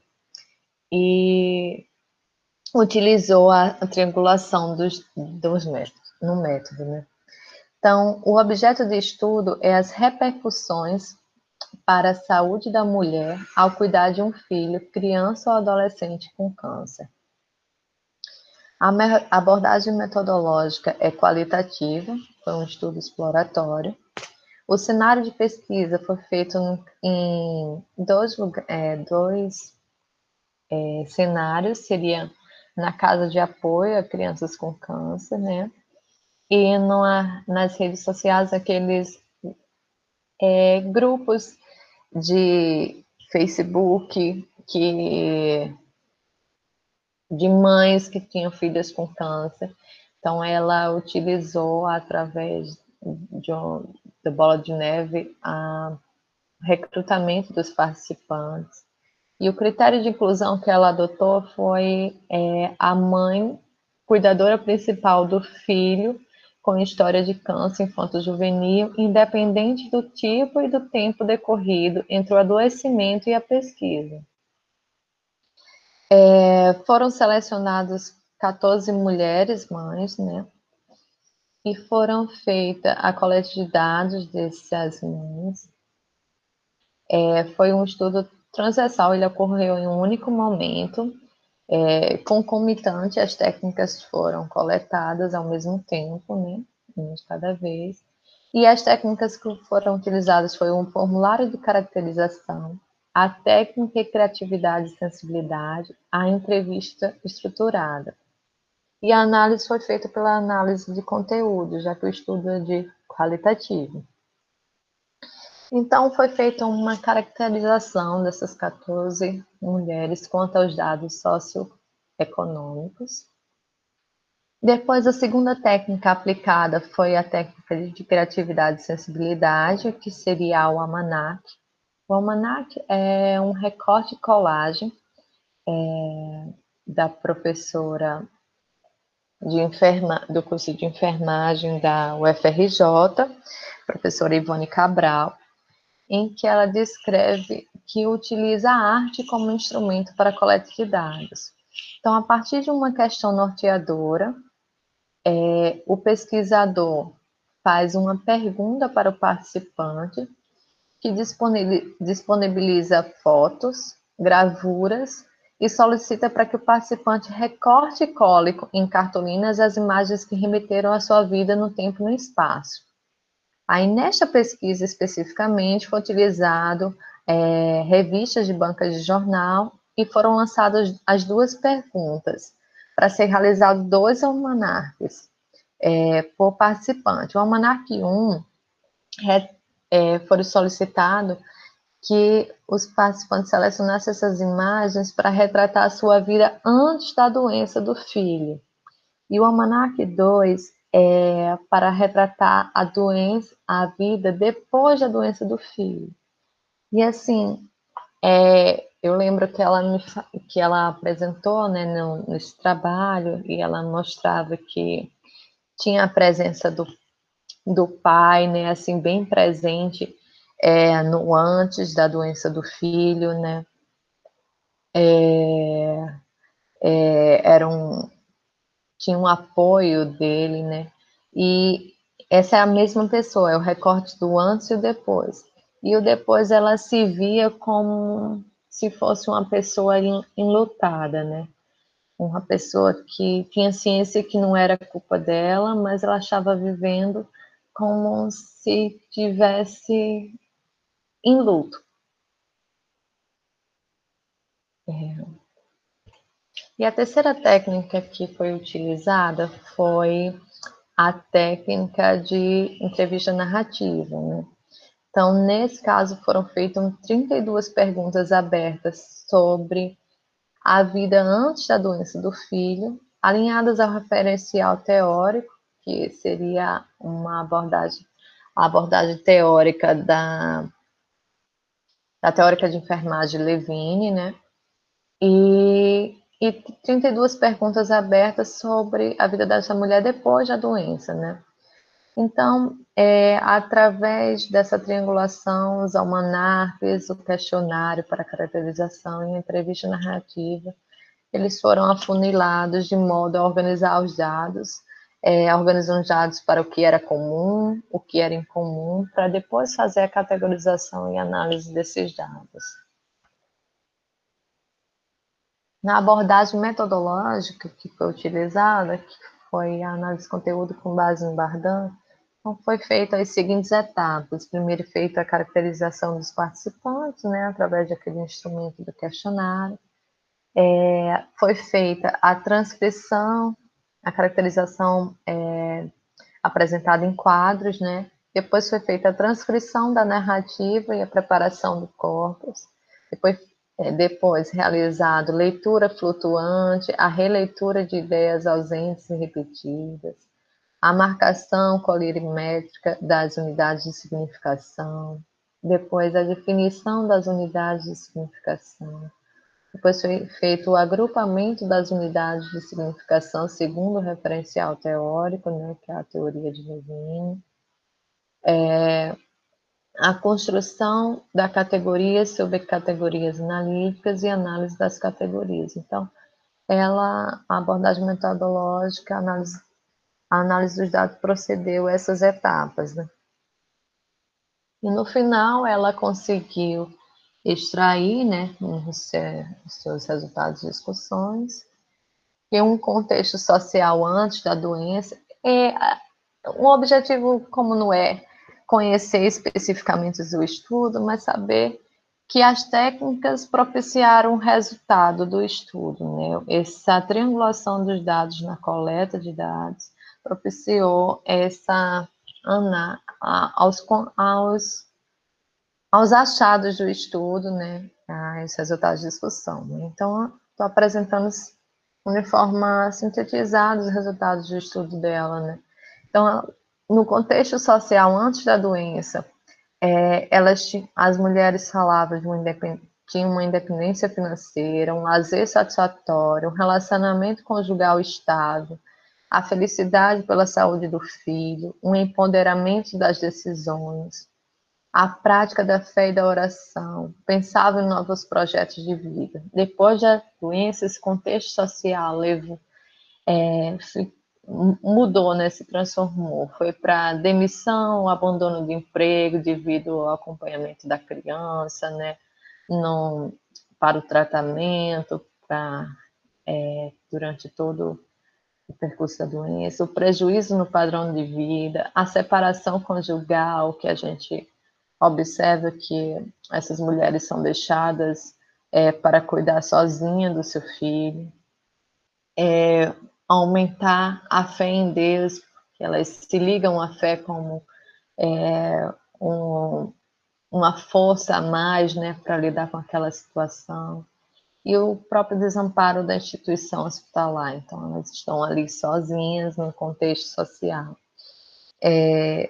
Speaker 1: E utilizou a, a triangulação dos, dos métodos, no método, né? Então, o objeto de estudo é as repercussões para a saúde da mulher ao cuidar de um filho, criança ou adolescente com câncer. A abordagem metodológica é qualitativa, foi um estudo exploratório. O cenário de pesquisa foi feito em dois, é, dois é, cenários, seria na casa de apoio a crianças com câncer, né? E numa, nas redes sociais, aqueles é, grupos de Facebook que, de mães que tinham filhos com câncer. Então, ela utilizou, através de um, da bola de neve, a recrutamento dos participantes. E o critério de inclusão que ela adotou foi é, a mãe cuidadora principal do filho com história de câncer infanto-juvenil, independente do tipo e do tempo decorrido entre o adoecimento e a pesquisa. É, foram selecionadas quatorze mulheres mães, né? E foram feita a coleta de dados dessas mães. É, foi um estudo transversal, ele ocorreu em um único momento, é, concomitante, as técnicas foram coletadas ao mesmo tempo, né, uma de cada vez, e as técnicas que foram utilizadas foi um formulário de caracterização, a técnica e criatividade e sensibilidade, a entrevista estruturada. E a análise foi feita pela análise de conteúdo, já que o estudo é de qualitativo. Então, foi feita uma caracterização dessas quatorze mulheres quanto aos dados socioeconômicos. Depois, a segunda técnica aplicada foi a técnica de criatividade e sensibilidade, que seria o almanac. O almanac é um recorte e colagem é, da professora de enferma, do curso de enfermagem da U F R J, professora Ivone Cabral, em que ela descreve que utiliza a arte como instrumento para a coleta de dados. Então, a partir de uma questão norteadora, é, o pesquisador faz uma pergunta para o participante, que disponibiliza fotos, gravuras e solicita para que o participante recorte e cole em cartolinas as imagens que remeteram à sua vida no tempo e no espaço. Aí, nesta pesquisa especificamente, foi utilizado é, revistas de bancas de jornal e foram lançadas as duas perguntas para ser realizado dois almanaques é, por participante. O almanaque um é, foi solicitado que os participantes selecionassem essas imagens para retratar a sua vida antes da doença do filho. E o almanaque dois é para retratar a doença, a vida depois da doença do filho. E assim, é, eu lembro que ela, me, que ela apresentou, né, no, nesse trabalho, e ela mostrava que tinha a presença do, do pai, né, assim, bem presente é, no antes da doença do filho, né. É, é, era um, tinha um apoio dele, né? E essa é a mesma pessoa, é o recorte do antes e o depois. E o depois ela se via como se fosse uma pessoa enlutada, né? Uma pessoa que tinha ciência que não era culpa dela, mas ela estava vivendo como se tivesse em luto. É. E a terceira técnica que foi utilizada foi a técnica de entrevista narrativa, né? Então, nesse caso, foram feitas trinta e duas perguntas abertas sobre a vida antes da doença do filho, alinhadas ao referencial teórico, que seria uma abordagem, a abordagem teórica da, da teórica de enfermagem Levine, né? E, e trinta e duas perguntas abertas sobre a vida dessa mulher depois da doença, né? Então, é, através dessa triangulação, os almanaques, o questionário para caracterização e a entrevista narrativa, eles foram afunilados de modo a organizar os dados, é, organizando os dados para o que era comum, o que era incomum, para depois fazer a categorização e análise desses dados. Na abordagem metodológica que foi utilizada, que foi a análise de conteúdo com base em Bardan, então foi feita as seguintes etapas. Primeiro, feita a caracterização dos participantes, né, através daquele instrumento do questionário. É, foi feita a transcrição, a caracterização é, apresentada em quadros, né? Depois foi feita a transcrição da narrativa e a preparação do corpus. Depois, é, depois realizado leitura flutuante, a releitura de ideias ausentes e repetidas, a marcação colorimétrica das unidades de significação, depois a definição das unidades de significação, depois foi feito o agrupamento das unidades de significação segundo o referencial teórico, né, que é a teoria de Levine, é, a construção da categoria sobre categorias analíticas e análise das categorias. Então, ela, a abordagem metodológica, a análise, a análise dos dados procedeu essas etapas, né? E no final ela conseguiu extrair, né, os seus resultados de discussões, e um contexto social antes da doença. É, um objetivo, como não é conhecer especificamente o estudo, mas saber que as técnicas propiciaram o resultado do estudo, né? Essa triangulação dos dados na coleta de dados propiciou essa ana, aos, aos, aos achados do estudo, né? Os resultados de discussão. Né? Então, estou apresentando de forma sintetizada os resultados do estudo dela, né? Então, no contexto social antes da doença, é, elas, as mulheres falavam de uma independência, tinham uma independência financeira, um lazer satisfatório, um relacionamento conjugal estável, a felicidade pela saúde do filho, um empoderamento das decisões, a prática da fé e da oração, pensava em novos projetos de vida. Depois da doença, esse contexto social levou, é, mudou, né, se transformou. Foi para demissão, abandono de emprego devido ao acompanhamento da criança, né, no, para o tratamento, para, é, durante todo o percurso da doença, o prejuízo no padrão de vida, a separação conjugal, que a gente observa que essas mulheres são deixadas é, para cuidar sozinha do seu filho, é, aumentar a fé em Deus, que elas se ligam à fé como é, um, uma força a mais, né, para lidar com aquela situação, e o próprio desamparo da instituição hospitalar. Então, elas estão ali sozinhas no contexto social. É,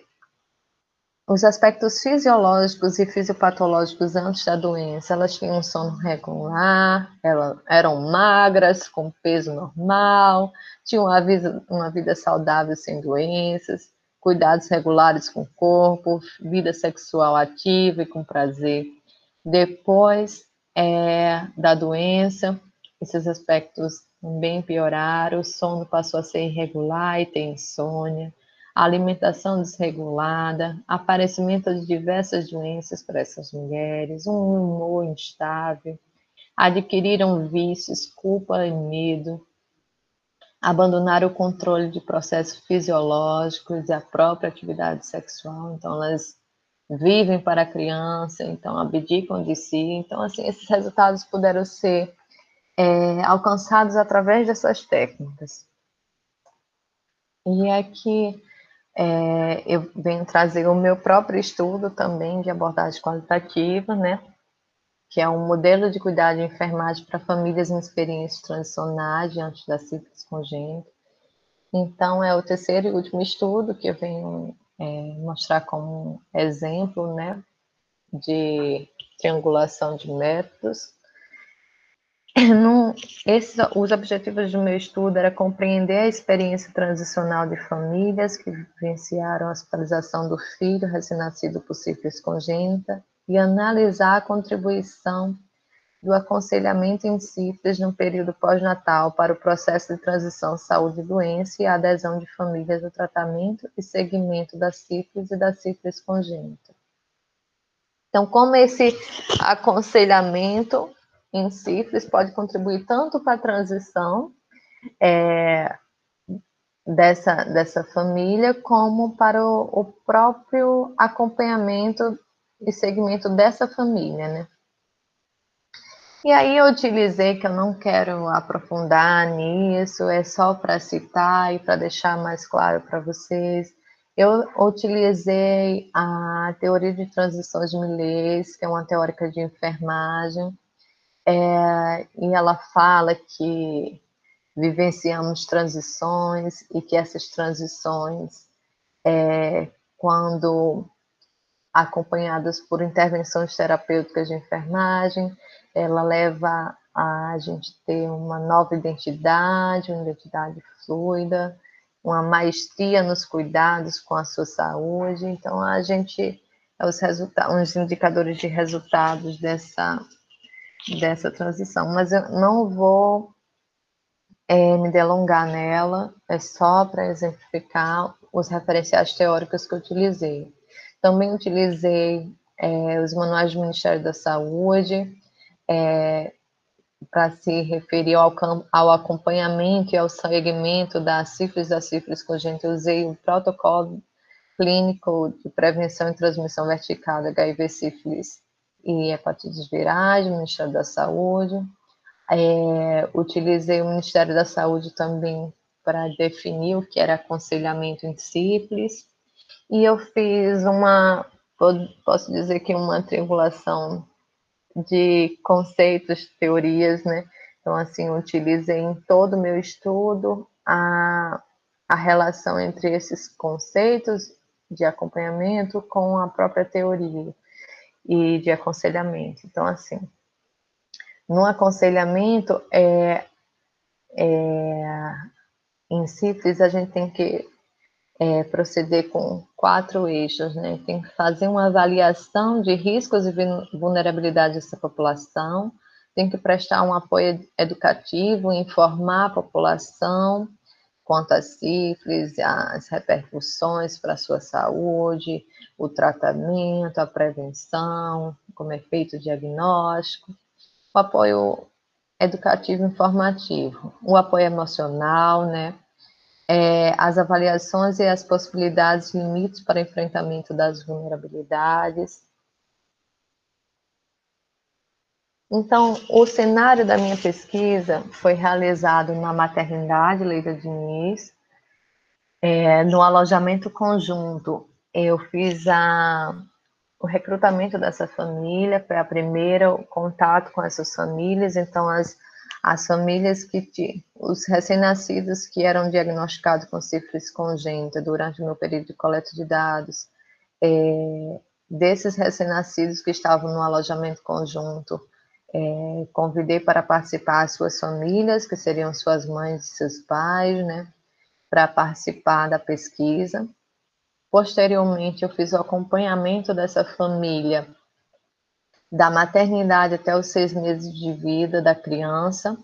Speaker 1: os aspectos fisiológicos e fisiopatológicos antes da doença, elas tinham um sono regular, elas eram magras, com peso normal, tinham uma vida, uma vida saudável sem doenças, cuidados regulares com o corpo, vida sexual ativa e com prazer. Depois é, da doença, esses aspectos também pioraram, o sono passou a ser irregular e ter insônia, a alimentação desregulada, aparecimento de diversas doenças para essas mulheres, um humor instável, adquiriram vícios, culpa e medo, abandonaram o controle de processos fisiológicos e a própria atividade sexual, então elas vivem para a criança, então abdicam de si, então assim, esses resultados puderam ser é, alcançados através dessas técnicas. E aqui É, eu venho trazer o meu próprio estudo também de abordagem qualitativa, né? Que é um modelo de cuidado de enfermagem para famílias em experiências transicionais diante da sífilis congênita. Então, é o terceiro e último estudo que eu venho é, mostrar como exemplo, né? De triangulação de métodos. No, esses, os objetivos do meu estudo era compreender a experiência transicional de famílias que vivenciaram a hospitalização do filho recém-nascido por sífilis congênita e analisar a contribuição do aconselhamento em sífilis no período pós-natal para o processo de transição saúde e doença e a adesão de famílias ao tratamento e seguimento da sífilis e da sífilis congênita. Então, como esse aconselhamento em sífilis pode contribuir tanto para a transição é, dessa, dessa família, como para o, o próprio acompanhamento e segmento dessa família, né? E aí eu utilizei, que eu não quero aprofundar nisso, é só para citar e para deixar mais claro para vocês. Eu utilizei a teoria de transições de Millais, que é uma teórica de enfermagem, é, e ela fala que vivenciamos transições e que essas transições, é, quando acompanhadas por intervenções terapêuticas de enfermagem, ela leva a gente ter uma nova identidade, uma identidade fluida, uma maestria nos cuidados com a sua saúde. Então, a gente, os resultados, os indicadores de resultados dessa, dessa transição. Mas eu não vou é, me delongar nela, é só para exemplificar os referenciais teóricos que eu utilizei. Também utilizei é, os manuais do Ministério da Saúde, é, para se referir ao, ao acompanhamento e ao segmento da sífilis, da sífilis congênita. Eu usei o protocolo clínico de prevenção e transmissão vertical da H I V, sífilis e hepatites virais, do Ministério da Saúde. É, utilizei o Ministério da Saúde também para definir o que era aconselhamento em sífilis. E eu fiz uma, posso dizer que uma triangulação de conceitos, teorias, né? Então, assim, eu utilizei em todo o meu estudo a, a relação entre esses conceitos de acompanhamento com a própria teoria e de aconselhamento. Então, assim, no aconselhamento, é, é, em sífilis, a gente tem que é, proceder com quatro eixos, né? Tem que fazer uma avaliação de riscos e vulnerabilidade dessa população, tem que prestar um apoio educativo, informar a população quanto à sífilis, as repercussões para a sua saúde, o tratamento, a prevenção, como é feito o diagnóstico, o apoio educativo informativo, o apoio emocional, né? É, as avaliações e as possibilidades e limites para enfrentamento das vulnerabilidades. Então, o cenário da minha pesquisa foi realizado na maternidade Leida Diniz, é, no alojamento conjunto. Eu fiz a, o recrutamento dessa família, foi a primeira o contato com essas famílias, então as, as famílias que, os recém-nascidos que eram diagnosticados com sífilis congênita durante o meu período de coleta de dados, é, desses recém-nascidos que estavam no alojamento conjunto, é, convidei para participar as suas famílias, que seriam suas mães e seus pais, né, para participar da pesquisa. Posteriormente, eu fiz o acompanhamento dessa família da maternidade até os seis meses de vida da criança.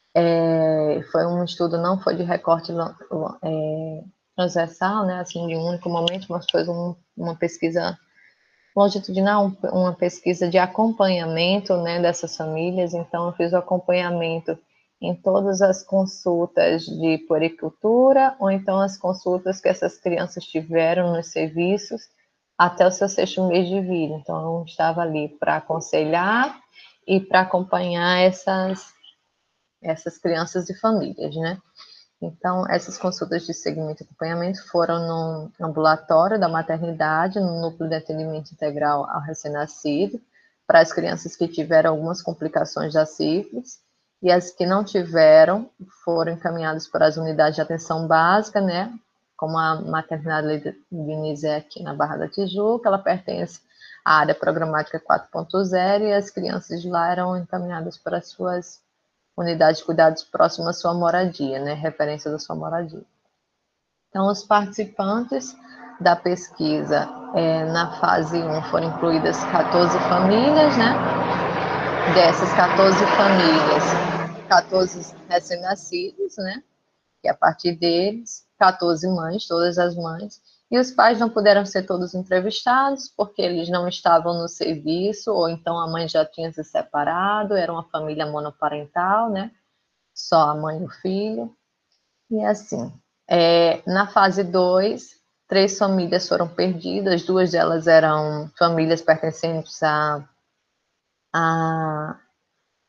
Speaker 1: É, foi um estudo, não foi de recorte é, transversal, né, assim, de um único momento, mas foi um, uma pesquisa longitudinal, uma pesquisa de acompanhamento, né, dessas famílias. Então, eu fiz o acompanhamento em todas as consultas de puericultura, ou então as consultas que essas crianças tiveram nos serviços até o seu sexto mês de vida. Então, eu estava ali para aconselhar e para acompanhar essas, essas crianças e famílias, né? Então, essas consultas de segmento e acompanhamento foram no ambulatório da maternidade, no núcleo de atendimento integral ao recém-nascido, para as crianças que tiveram algumas complicações da sífilis, e as que não tiveram foram encaminhadas para as unidades de atenção básica, né? Como a maternidade Diniz é aqui na Barra da Tijuca, ela pertence à área programática quatro ponto zero, e as crianças de lá eram encaminhadas para as suas unidade de cuidados próxima à sua moradia, né, referência da sua moradia. Então, os participantes da pesquisa, é, na fase um, foram incluídas quatorze famílias, né, dessas quatorze famílias, quatorze recém-nascidos, né, que a partir deles, quatorze mães, todas as mães, e os pais não puderam ser todos entrevistados, porque eles não estavam no serviço, ou então a mãe já tinha se separado, era uma família monoparental, né, só a mãe e o filho, e assim. É, na fase dois, três famílias foram perdidas, duas delas eram famílias pertencentes a, a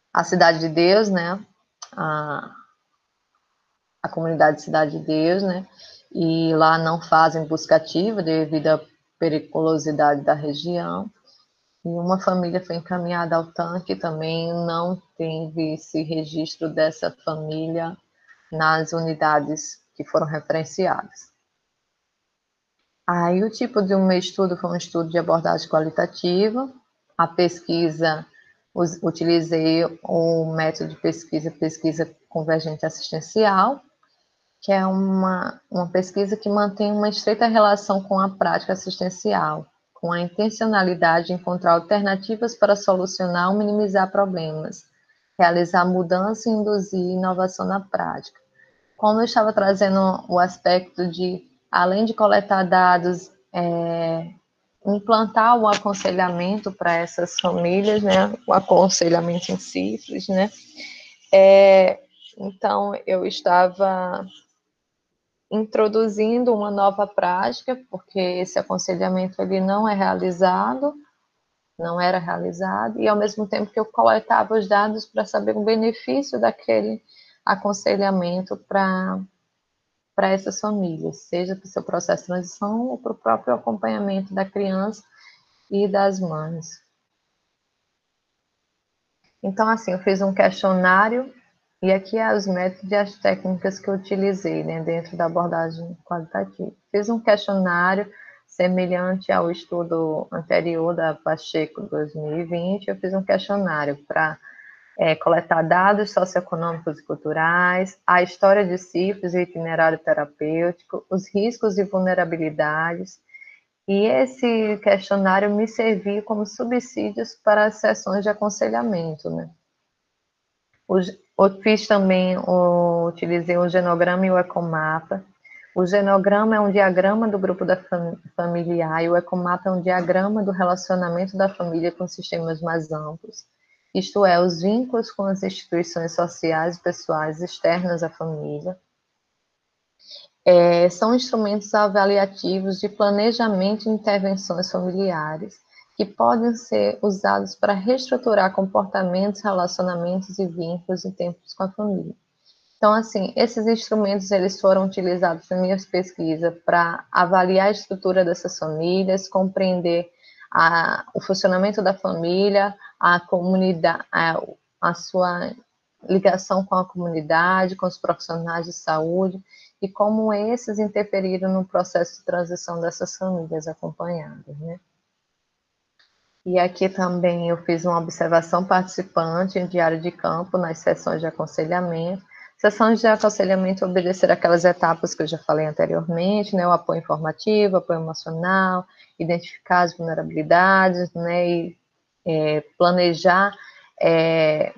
Speaker 1: a Cidade de Deus, né, a, a comunidade Cidade de Deus, né, e lá não fazem busca ativa devido à periculosidade da região. E uma família foi encaminhada ao tanque, também não teve esse registro dessa família nas unidades que foram referenciadas. Aí o tipo de um meu estudo foi um estudo de abordagem qualitativa. A pesquisa, us, utilizei o método de pesquisa, pesquisa convergente assistencial, que é uma, uma pesquisa que mantém uma estreita relação com a prática assistencial, com a intencionalidade de encontrar alternativas para solucionar ou minimizar problemas, realizar mudança e induzir inovação na prática. Como eu estava trazendo o aspecto de, além de coletar dados, é, implantar o aconselhamento para essas famílias, né, o aconselhamento em simples, né, é, então eu estava introduzindo uma nova prática, porque esse aconselhamento ele não é realizado, não era realizado, e ao mesmo tempo que eu coletava os dados para saber o benefício daquele aconselhamento para para essas famílias, seja para o seu processo de transição ou para o próprio acompanhamento da criança e das mães. Então, assim, eu fiz um questionário, e aqui é os métodos e as técnicas que eu utilizei, né, dentro da abordagem qualitativa. Fiz um questionário semelhante ao estudo anterior da Pacheco dois mil e vinte, eu fiz um questionário para é, coletar dados socioeconômicos e culturais, a história de sífilis e itinerário terapêutico, os riscos e vulnerabilidades, e esse questionário me serviu como subsídios para as sessões de aconselhamento, né? Eu fiz também, o, utilizei o genograma e o ecomapa. O genograma é um diagrama do grupo da fam familiar e o ecomapa é um diagrama do relacionamento da família com sistemas mais amplos, isto é, os vínculos com as instituições sociais e pessoais externas à família. É, são instrumentos avaliativos de planejamento e intervenções familiares que podem ser usados para reestruturar comportamentos, relacionamentos e vínculos em tempos com a família. Então, assim, esses instrumentos eles foram utilizados nas minhas pesquisas para avaliar a estrutura dessas famílias, compreender a, o funcionamento da família, a comunidade, a, a sua ligação com a comunidade, com os profissionais de saúde, e como esses interferiram no processo de transição dessas famílias acompanhadas, né? E aqui também eu fiz uma observação participante em diário de campo nas sessões de aconselhamento. Sessões de aconselhamento obedeceram aquelas etapas que eu já falei anteriormente, né? O apoio informativo, apoio emocional, identificar as vulnerabilidades, né? E é, planejar é,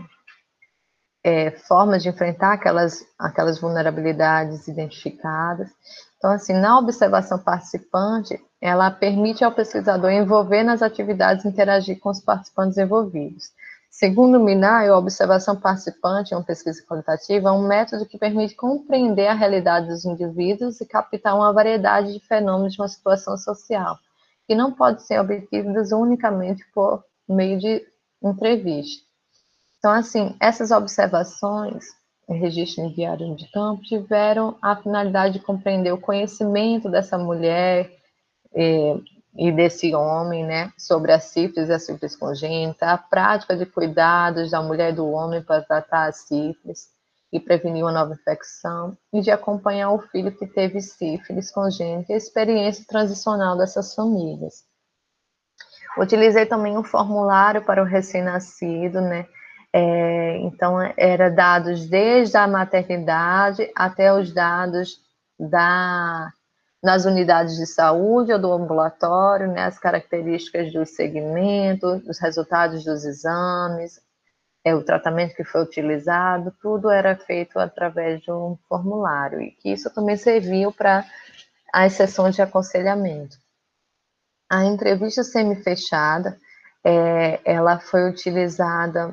Speaker 1: é, formas de enfrentar aquelas, aquelas vulnerabilidades identificadas. Então, assim, na observação participante, ela permite ao pesquisador envolver nas atividades e interagir com os participantes envolvidos. Segundo o Minay, a observação participante, uma pesquisa qualitativa, é um método que permite compreender a realidade dos indivíduos e captar uma variedade de fenômenos de uma situação social, que não pode ser obtidos unicamente por meio de entrevista. Então, assim, essas observações, registro em diário de campo, tiveram a finalidade de compreender o conhecimento dessa mulher eh, e desse homem, né, sobre a sífilis e a sífilis congênita, a prática de cuidados da mulher e do homem para tratar a sífilis e prevenir uma nova infecção, e de acompanhar o filho que teve sífilis congênita e a experiência transicional dessas famílias. Utilizei também um formulário para o recém-nascido, né? É, então, era dados desde a maternidade até os dados da, nas unidades de saúde ou do ambulatório, né? As características do segmento, os resultados dos exames, é, o tratamento que foi utilizado, tudo era feito através de um formulário, e que isso também serviu para as sessões de aconselhamento. A entrevista semi-fechada, é, ela foi utilizada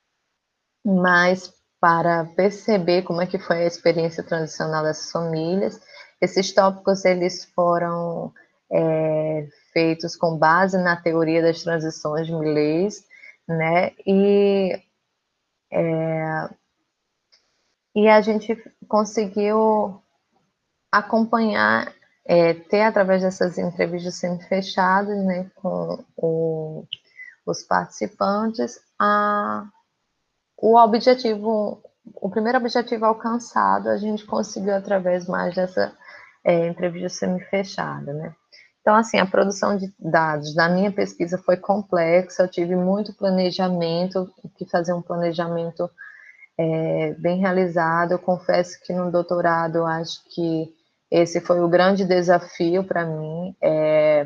Speaker 1: mais para perceber como é que foi a experiência transicional dessas famílias. Esses tópicos, eles foram é, feitos com base na teoria das transições de Millais, né, e É, e a gente conseguiu acompanhar, é, ter através dessas entrevistas sempre fechadas, né, com o, os participantes, a, o objetivo, o primeiro objetivo alcançado, a gente conseguiu através mais dessa é, entrevista semi-fechada, né. Então, assim, a produção de dados da minha pesquisa foi complexa, eu tive muito planejamento, que fazer um planejamento é, bem realizado. Eu confesso que no doutorado, eu acho que esse foi o grande desafio para mim, é,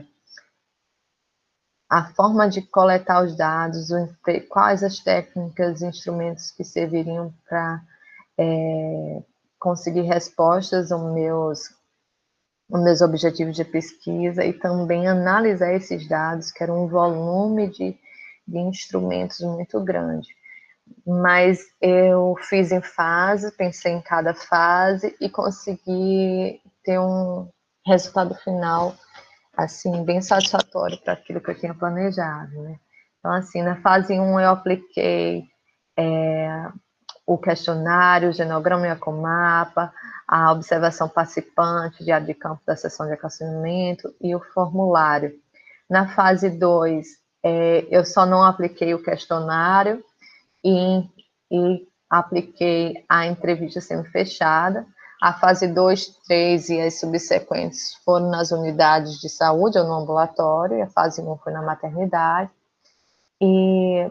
Speaker 1: a forma de coletar os dados, quais as técnicas e instrumentos que serviriam para é, conseguir respostas aos meus, aos meus objetivos de pesquisa e também analisar esses dados, que era um volume de, de instrumentos muito grande. Mas eu fiz em fase, pensei em cada fase e consegui ter um resultado final, assim, bem satisfatório para aquilo que eu tinha planejado, né? Então, assim, na fase um eu apliquei é, o questionário, o genograma e a Ecomapa, a observação participante, diário de campo da sessão de aconselhamento e o formulário. Na fase dois, é, eu só não apliquei o questionário e, e apliquei a entrevista semi-fechada. A fase dois, três e as subsequentes foram nas unidades de saúde ou no ambulatório, e a fase um foi na maternidade. E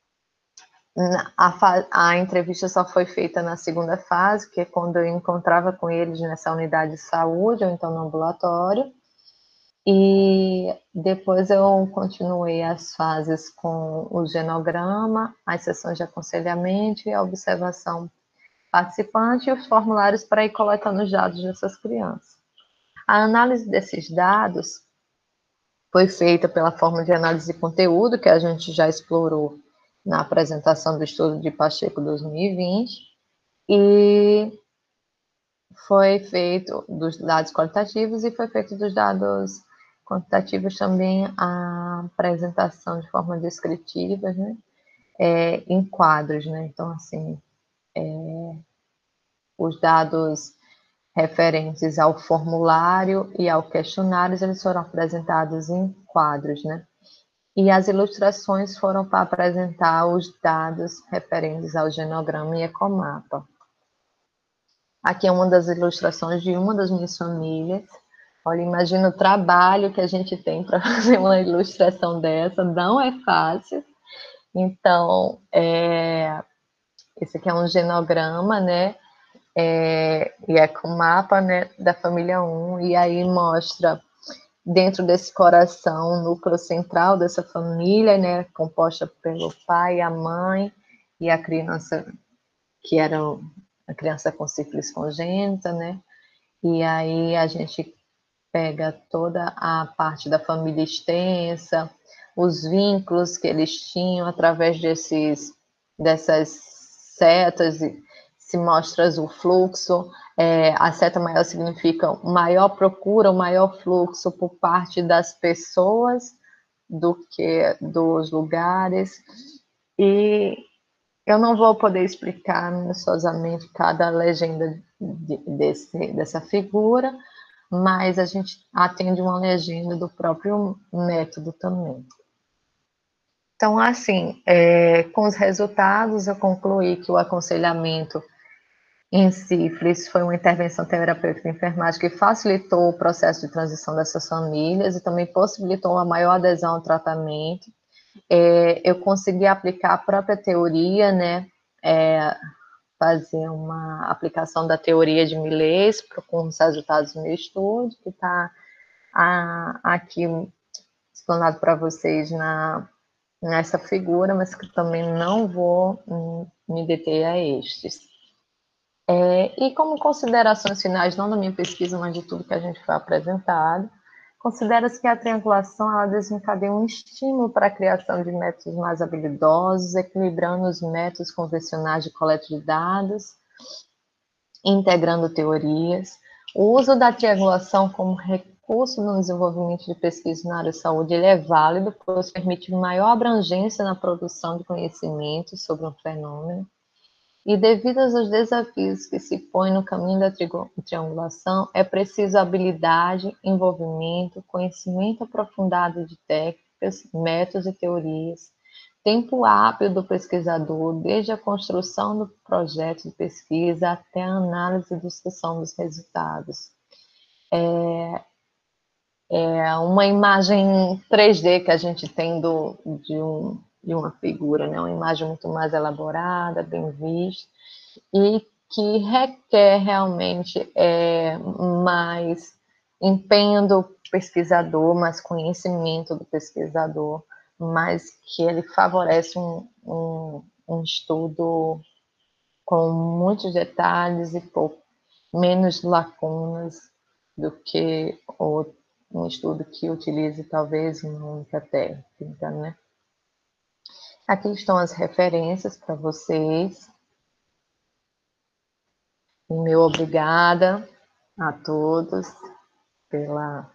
Speaker 1: a, a entrevista só foi feita na segunda fase, que é quando eu encontrava com eles nessa unidade de saúde ou então no ambulatório. E depois eu continuei as fases com o genograma, as sessões de aconselhamento e a observação participante e os formulários para ir coletando os dados dessas crianças. A análise desses dados foi feita pela forma de análise de conteúdo, que a gente já explorou na apresentação do estudo de Pacheco dois mil e vinte, e foi feito dos dados qualitativos e foi feito dos dados quantitativos também a apresentação de forma descritiva, né, é, em quadros, né, então, assim, é, os dados referentes ao formulário e ao questionário, eles foram apresentados em quadros, né, e as ilustrações foram para apresentar os dados referentes ao genograma e Ecomapa. Aqui é uma das ilustrações de uma das minhas famílias. Olha, imagina o trabalho que a gente tem para fazer uma ilustração dessa, não é fácil. Então, é, esse aqui é um genograma, né? É, e é com mapa, né, da família um, e aí mostra dentro desse coração o núcleo central dessa família, né, composta pelo pai, a mãe e a criança, que era a criança com sífilis congênita, né? E aí a gente pega toda a parte da família extensa, os vínculos que eles tinham através desses, dessas setas, se mostra o fluxo, é, a seta maior significa maior procura, maior fluxo por parte das pessoas do que dos lugares, e eu não vou poder explicar minuciosamente cada legenda de, desse, dessa figura, mas a gente atende uma legenda do próprio método também. Então, assim, é, com os resultados, eu concluí que o aconselhamento em sífilis foi uma intervenção terapêutica enfermática que facilitou o processo de transição dessas famílias e também possibilitou uma maior adesão ao tratamento. É, eu consegui aplicar a própria teoria, né, é, fazer uma aplicação da teoria de Millais com os resultados do meu estudo, que está aqui explanado para vocês na, nessa figura, mas que também não vou me deter a estes. É, e como considerações finais, não da minha pesquisa, mas de tudo que a gente foi apresentado, considera-se que a triangulação ela desencadeia um estímulo para a criação de métodos mais habilidosos, equilibrando os métodos convencionais de coleta de dados, integrando teorias. O uso da triangulação como recurso no desenvolvimento de pesquisa na área de saúde ele é válido, pois permite maior abrangência na produção de conhecimento sobre um fenômeno. E devido aos desafios que se põem no caminho da triangulação, é preciso habilidade, envolvimento, conhecimento aprofundado de técnicas, métodos e teorias, tempo hábil do pesquisador, desde a construção do projeto de pesquisa até a análise e discussão dos resultados. É, é uma imagem três D que a gente tem do, de, um, de uma figura, né? Uma imagem muito mais elaborada, bem vista, e que requer realmente é, mais empenho do pesquisador, mais conhecimento do pesquisador, mas que ele favorece um, um, um estudo com muitos detalhes e pouco, menos lacunas do que o, um estudo que utilize talvez uma única técnica, né? Aqui estão as referências para vocês. O meu obrigada a todos pela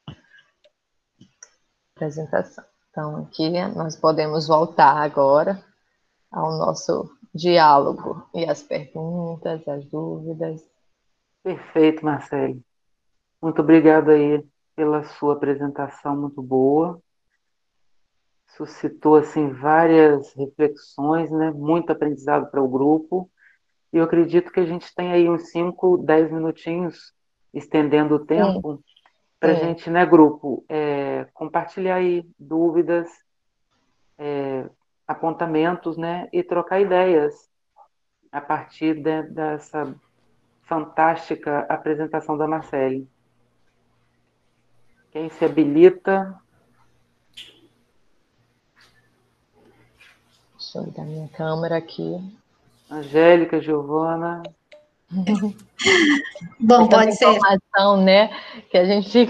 Speaker 1: apresentação. Então, aqui nós podemos voltar agora ao nosso diálogo e as perguntas, as dúvidas.
Speaker 2: Perfeito, Marcele. Muito obrigado aí pela sua apresentação muito boa. Suscitou assim várias reflexões, né? Muito aprendizado para o grupo. E eu acredito que a gente tem aí uns cinco, dez minutinhos, estendendo o
Speaker 1: Sim,
Speaker 2: tempo, para a
Speaker 1: sim.
Speaker 2: gente, né, grupo, é, compartilhar aí dúvidas, é, apontamentos, né, e trocar ideias a partir de, dessa fantástica apresentação da Marcele. Quem se habilita?
Speaker 1: Deixa eu ligar minha câmera aqui.
Speaker 2: Angélica, Giovana.
Speaker 1: É
Speaker 3: Bom,
Speaker 1: tanta
Speaker 3: pode ser.
Speaker 1: informação, né? Que a gente fica.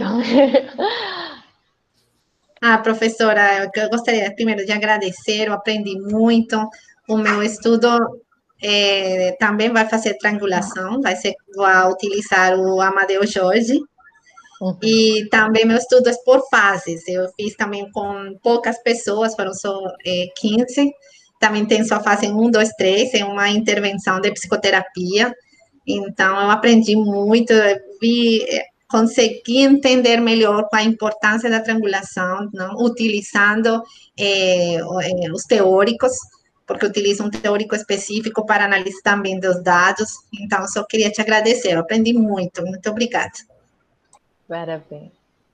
Speaker 3: Ah, professora, eu gostaria primeiro de agradecer, eu aprendi muito. O meu estudo eh, também vai fazer triangulação, vai ser, vai utilizar o Amadeu Jorge.
Speaker 1: Uhum.
Speaker 3: E também meu estudo é por fases. Eu fiz também com poucas pessoas, foram só eh, quinze. Também tem só fase um, dois, três, é uma intervenção de psicoterapia. Então, eu aprendi muito, eu vi, eh, consegui entender melhor qual a importância da triangulação, não? Utilizando eh, eh, os teóricos, porque utilizo um teórico específico para análise também dos dados. Então, só queria te agradecer, eu aprendi muito, muito obrigada.
Speaker 1: Parabéns.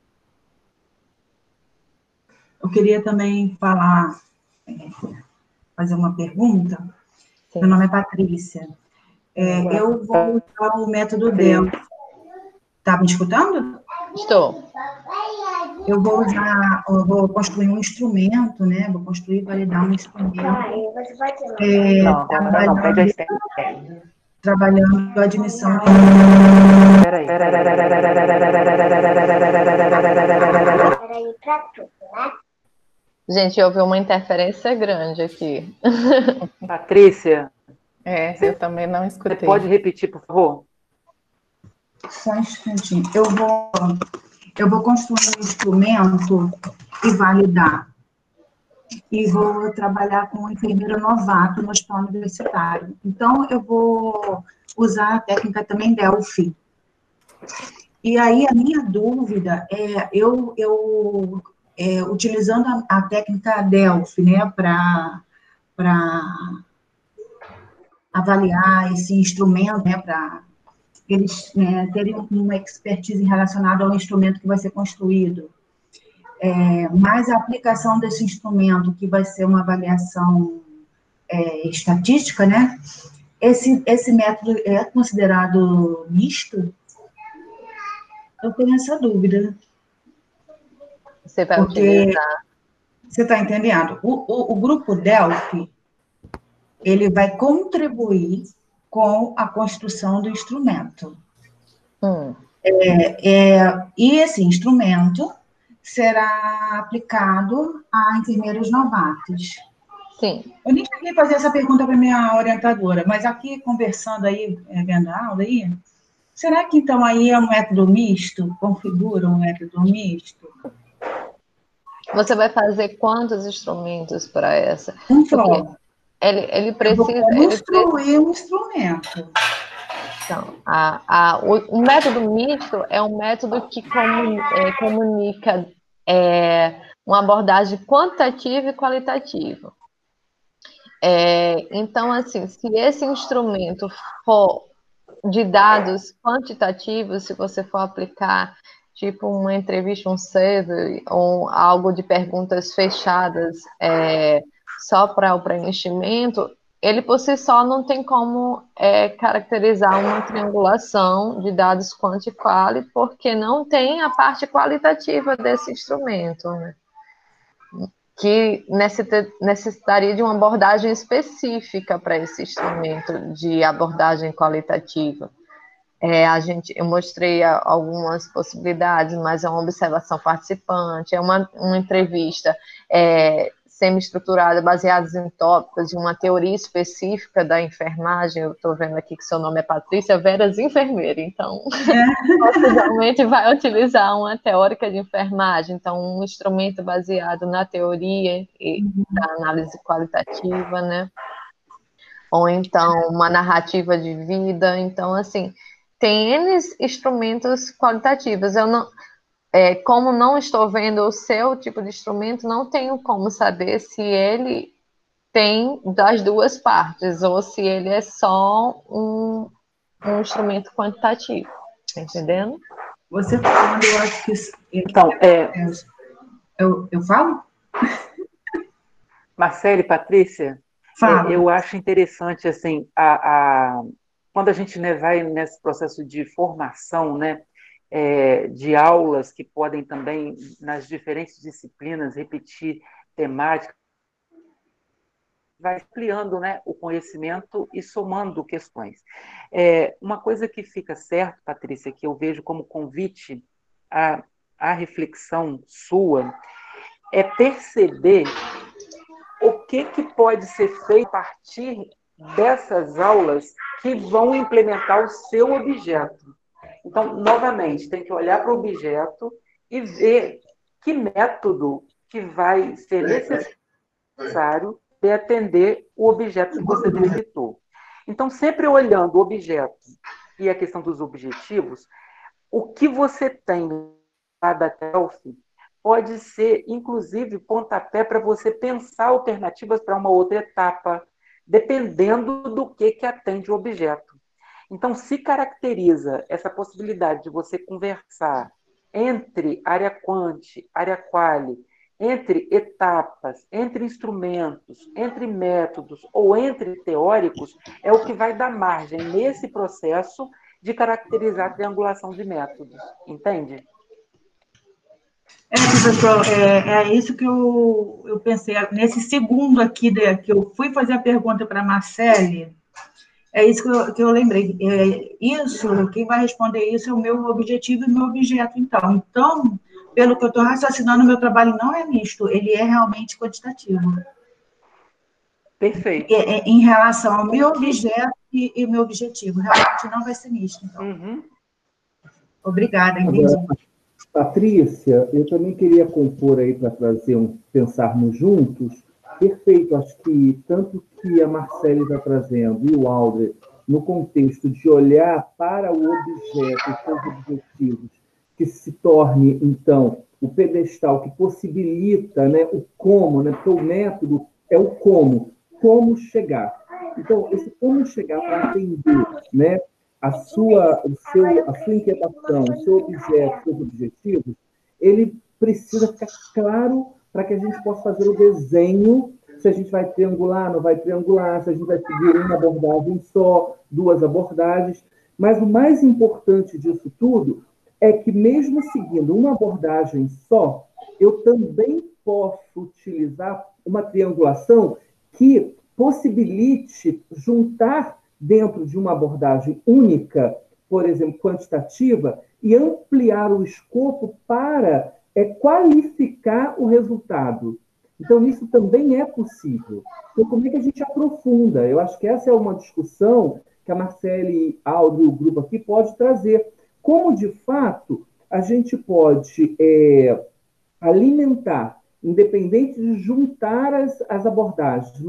Speaker 4: Eu queria também falar, é, fazer uma pergunta.
Speaker 1: Sim.
Speaker 4: Meu nome é Patrícia. É, eu vou usar o método Delphi. Está me escutando?
Speaker 1: Estou.
Speaker 4: Eu vou usar, eu vou construir um instrumento, né? Vou construir e validar um instrumento. É,
Speaker 2: Não, agora não, pede a Esther.
Speaker 4: Trabalhando a admissão.
Speaker 2: Peraí, peraí.
Speaker 5: Peraí, pra tudo, né?
Speaker 1: Gente, houve uma interferência grande aqui.
Speaker 2: Patrícia,
Speaker 6: É, eu também não
Speaker 2: você
Speaker 6: escutei.
Speaker 2: pode repetir, por favor?
Speaker 4: Só um instantinho. Eu vou, eu vou construir um instrumento e validar. E vou trabalhar com um enfermeiro novato no hospital universitário. Então, eu vou usar a técnica também Delphi. E aí, a minha dúvida é, eu, eu é, utilizando a, a técnica Delphi, né, para avaliar esse instrumento, né, para eles né, terem uma expertise relacionada ao instrumento que vai ser construído. É, mas a aplicação desse instrumento, que vai ser uma avaliação é, estatística, né? Esse, esse método é considerado misto? Eu tenho essa dúvida.
Speaker 1: Você vai
Speaker 4: Porque,
Speaker 1: utilizar.
Speaker 4: você está entendendo? O, o, o grupo Delphi, ele vai contribuir com a construção do instrumento.
Speaker 1: Hum.
Speaker 4: É, é, e esse instrumento será aplicado a enfermeiros novatos.
Speaker 1: Sim.
Speaker 4: Eu nem cheguei a fazer essa pergunta para minha orientadora, mas aqui, conversando aí, vendo a aula aí, será que então aí é um método misto? Configura um método misto?
Speaker 1: Você vai fazer quantos instrumentos para essa?
Speaker 4: Um
Speaker 1: Porque
Speaker 4: só.
Speaker 1: ele, ele
Speaker 4: Eu vou
Speaker 1: precisa... Ele precisa
Speaker 4: construir um instrumento.
Speaker 1: então, a, a, o, o método misto é um método que comu- é, comunica é, uma abordagem quantitativa e qualitativa. É, então, assim, se esse instrumento for de dados quantitativos, se você for aplicar, tipo uma entrevista, um survey, ou algo de perguntas fechadas é, só para o preenchimento, ele por si só não tem como é, caracterizar uma triangulação de dados quanti e quali, porque não tem a parte qualitativa desse instrumento, né? Que necessitaria de uma abordagem específica para esse instrumento de abordagem qualitativa. É, a gente, eu mostrei algumas possibilidades, mas é uma observação participante, é uma, uma entrevista é, semi-estruturada, baseada em tópicos, de uma teoria específica da enfermagem. Eu estou vendo aqui que seu nome é Patrícia Veras, enfermeira, então possivelmente vai utilizar uma teórica de enfermagem, então um instrumento baseado na teoria e da análise qualitativa, né? Ou então uma narrativa de vida. Então, assim, tem N instrumentos qualitativos. Eu não, é, como não estou vendo o seu tipo de instrumento, não tenho como saber se ele tem das duas partes, ou se ele é só um, um instrumento quantitativo. Tá entendendo?
Speaker 4: Você falando, eu acho que...
Speaker 2: Então, é...
Speaker 4: Eu, eu falo?
Speaker 2: Marcele, Patrícia,
Speaker 4: Fala.
Speaker 2: é, eu acho interessante, assim, a, a, quando a gente, né, vai nesse processo de formação, né, é, de aulas que podem também, nas diferentes disciplinas, repetir temáticas, vai ampliando, né, o conhecimento e somando questões. É, uma coisa que fica certo, Patrícia, que eu vejo como convite à, à reflexão sua, é perceber o que, que pode ser feito a partir dessas aulas que vão implementar o seu objeto. Então, novamente, tem que olhar para o objeto e ver que método que vai ser necessário para atender o objeto que você delimitou. Então, sempre olhando o objeto e a questão dos objetivos, o que você tem lá da T E L F pode ser, inclusive, pontapé para você pensar alternativas para uma outra etapa, dependendo do que, que atende o objeto. Então, se caracteriza essa possibilidade de você conversar entre área quanti, área quali, entre etapas, entre instrumentos, entre métodos ou entre teóricos, é o que vai dar margem nesse processo de caracterizar a triangulação de métodos. Entende?
Speaker 4: É, professor, é, é isso que eu, eu pensei. Nesse segundo aqui, de, que eu fui fazer a pergunta para a Marcele, é isso que eu, que eu lembrei. É, isso, quem vai responder isso é o meu objetivo e o meu objeto, então. Então, pelo que eu estou raciocinando, o meu trabalho não é misto, ele é realmente quantitativo.
Speaker 2: Perfeito.
Speaker 4: É, é, em relação ao meu objeto e, e meu objetivo, realmente não vai ser misto, então.
Speaker 2: Uhum.
Speaker 4: Obrigada, entendi.
Speaker 7: Agora, Patrícia, eu também queria compor aí para trazer um pensarmos juntos. Perfeito, acho que tanto que a Marcele está trazendo e o Aldre, no contexto de olhar para o objeto, os seus objetivos, que se torne, então, o pedestal que possibilita, né, o como, né, porque o método é o como, como chegar. Então, esse como chegar para atender, né, a sua, o seu, a sua inquietação, o seu objeto, os seus objetivos, ele precisa ficar claro para que a gente possa fazer o desenho, se a gente vai triangular, não vai triangular, se a gente vai seguir uma abordagem só, duas abordagens. Mas o mais importante disso tudo é que, mesmo seguindo uma abordagem só, eu também posso utilizar uma triangulação que possibilite juntar dentro de uma abordagem única, por exemplo, quantitativa, e ampliar o escopo para é, qualificar o resultado. Então, isso também é possível. Então, como é que a gente aprofunda? Eu acho que essa é uma discussão que a Marcele Aldo e o grupo aqui pode trazer. Como, de fato, a gente pode é, alimentar, independente de juntar as, as abordagens, mas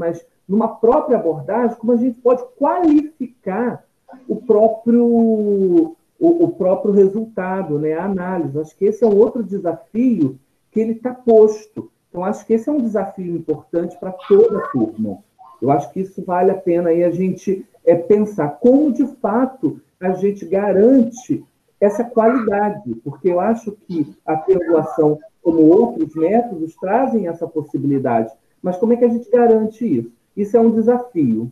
Speaker 7: numa própria abordagem, como a gente pode qualificar o próprio, o, o próprio resultado, né? A análise. Acho que esse é um outro desafio que ele está posto. Então, acho que esse é um desafio importante para toda a turma. Eu acho que isso vale a pena aí a gente é, pensar como, de fato, a gente garante essa qualidade, porque eu acho que a triangulação, como outros métodos, trazem essa possibilidade. Mas como é que a gente garante isso? Isso é um desafio.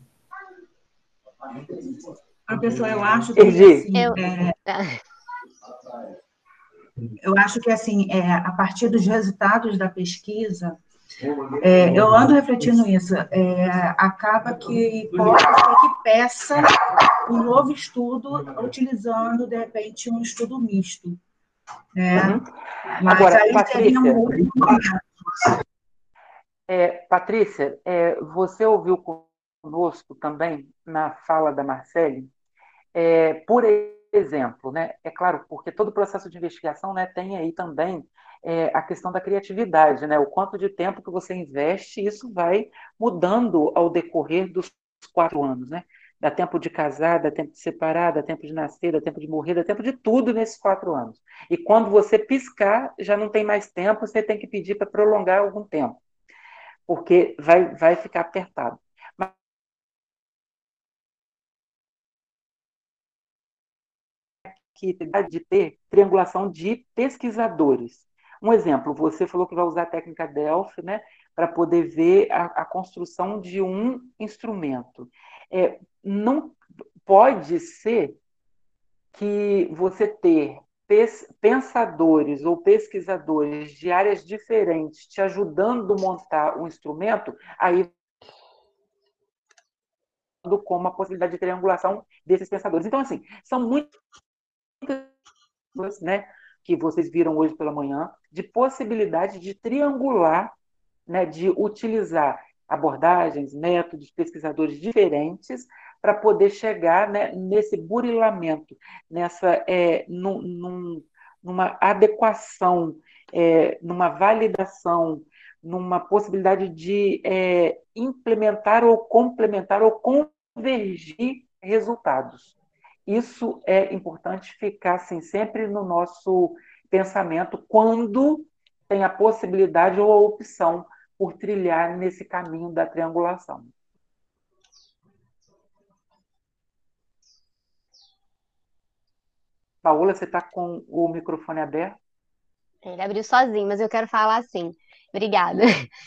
Speaker 4: Professor, eu acho que, assim,
Speaker 8: Eu...
Speaker 4: é, eu acho que, assim, é, a partir dos resultados da pesquisa, é, eu ando refletindo isso, é, acaba que pode ser que peça um novo estudo, utilizando, de repente, um estudo misto. Né?
Speaker 2: Uhum.
Speaker 4: Mas
Speaker 2: Agora,
Speaker 4: aí
Speaker 2: Patrícia,
Speaker 4: seria um outro momento.
Speaker 2: É, Patrícia, é, você ouviu conosco também na fala da Marcele, é, por exemplo, né, é claro, porque todo processo de investigação, né, tem aí também é, a questão da criatividade, né, o quanto de tempo que você investe, isso vai mudando ao decorrer dos quatro anos, né? Dá tempo de casar, dá tempo de separar, dá tempo de nascer, dá tempo de morrer, dá tempo de tudo nesses quatro anos. E quando você piscar, já não tem mais tempo, você tem que pedir para prolongar algum tempo, porque vai, vai ficar apertado. Mas que de ter triangulação de pesquisadores. Um exemplo, você falou que vai usar a técnica Delphi, né, para poder ver a, a construção de um instrumento. É, não pode ser que você ter pensadores ou pesquisadores de áreas diferentes te ajudando a montar um instrumento, aí como a possibilidade de triangulação desses pensadores. Então, assim, são muitas, né, que vocês viram hoje pela manhã, de possibilidade de triangular, né, de utilizar abordagens, métodos, pesquisadores diferentes para poder chegar, né, nesse burilamento, nessa, é, num, num, numa adequação, é, numa validação, numa possibilidade de é, implementar ou complementar ou convergir resultados. Isso é importante ficar assim, sempre no nosso pensamento quando tem a possibilidade ou a opção por trilhar nesse caminho da triangulação. Paola, você está com o microfone aberto?
Speaker 8: Ele abriu sozinho, mas eu quero falar assim. Obrigada.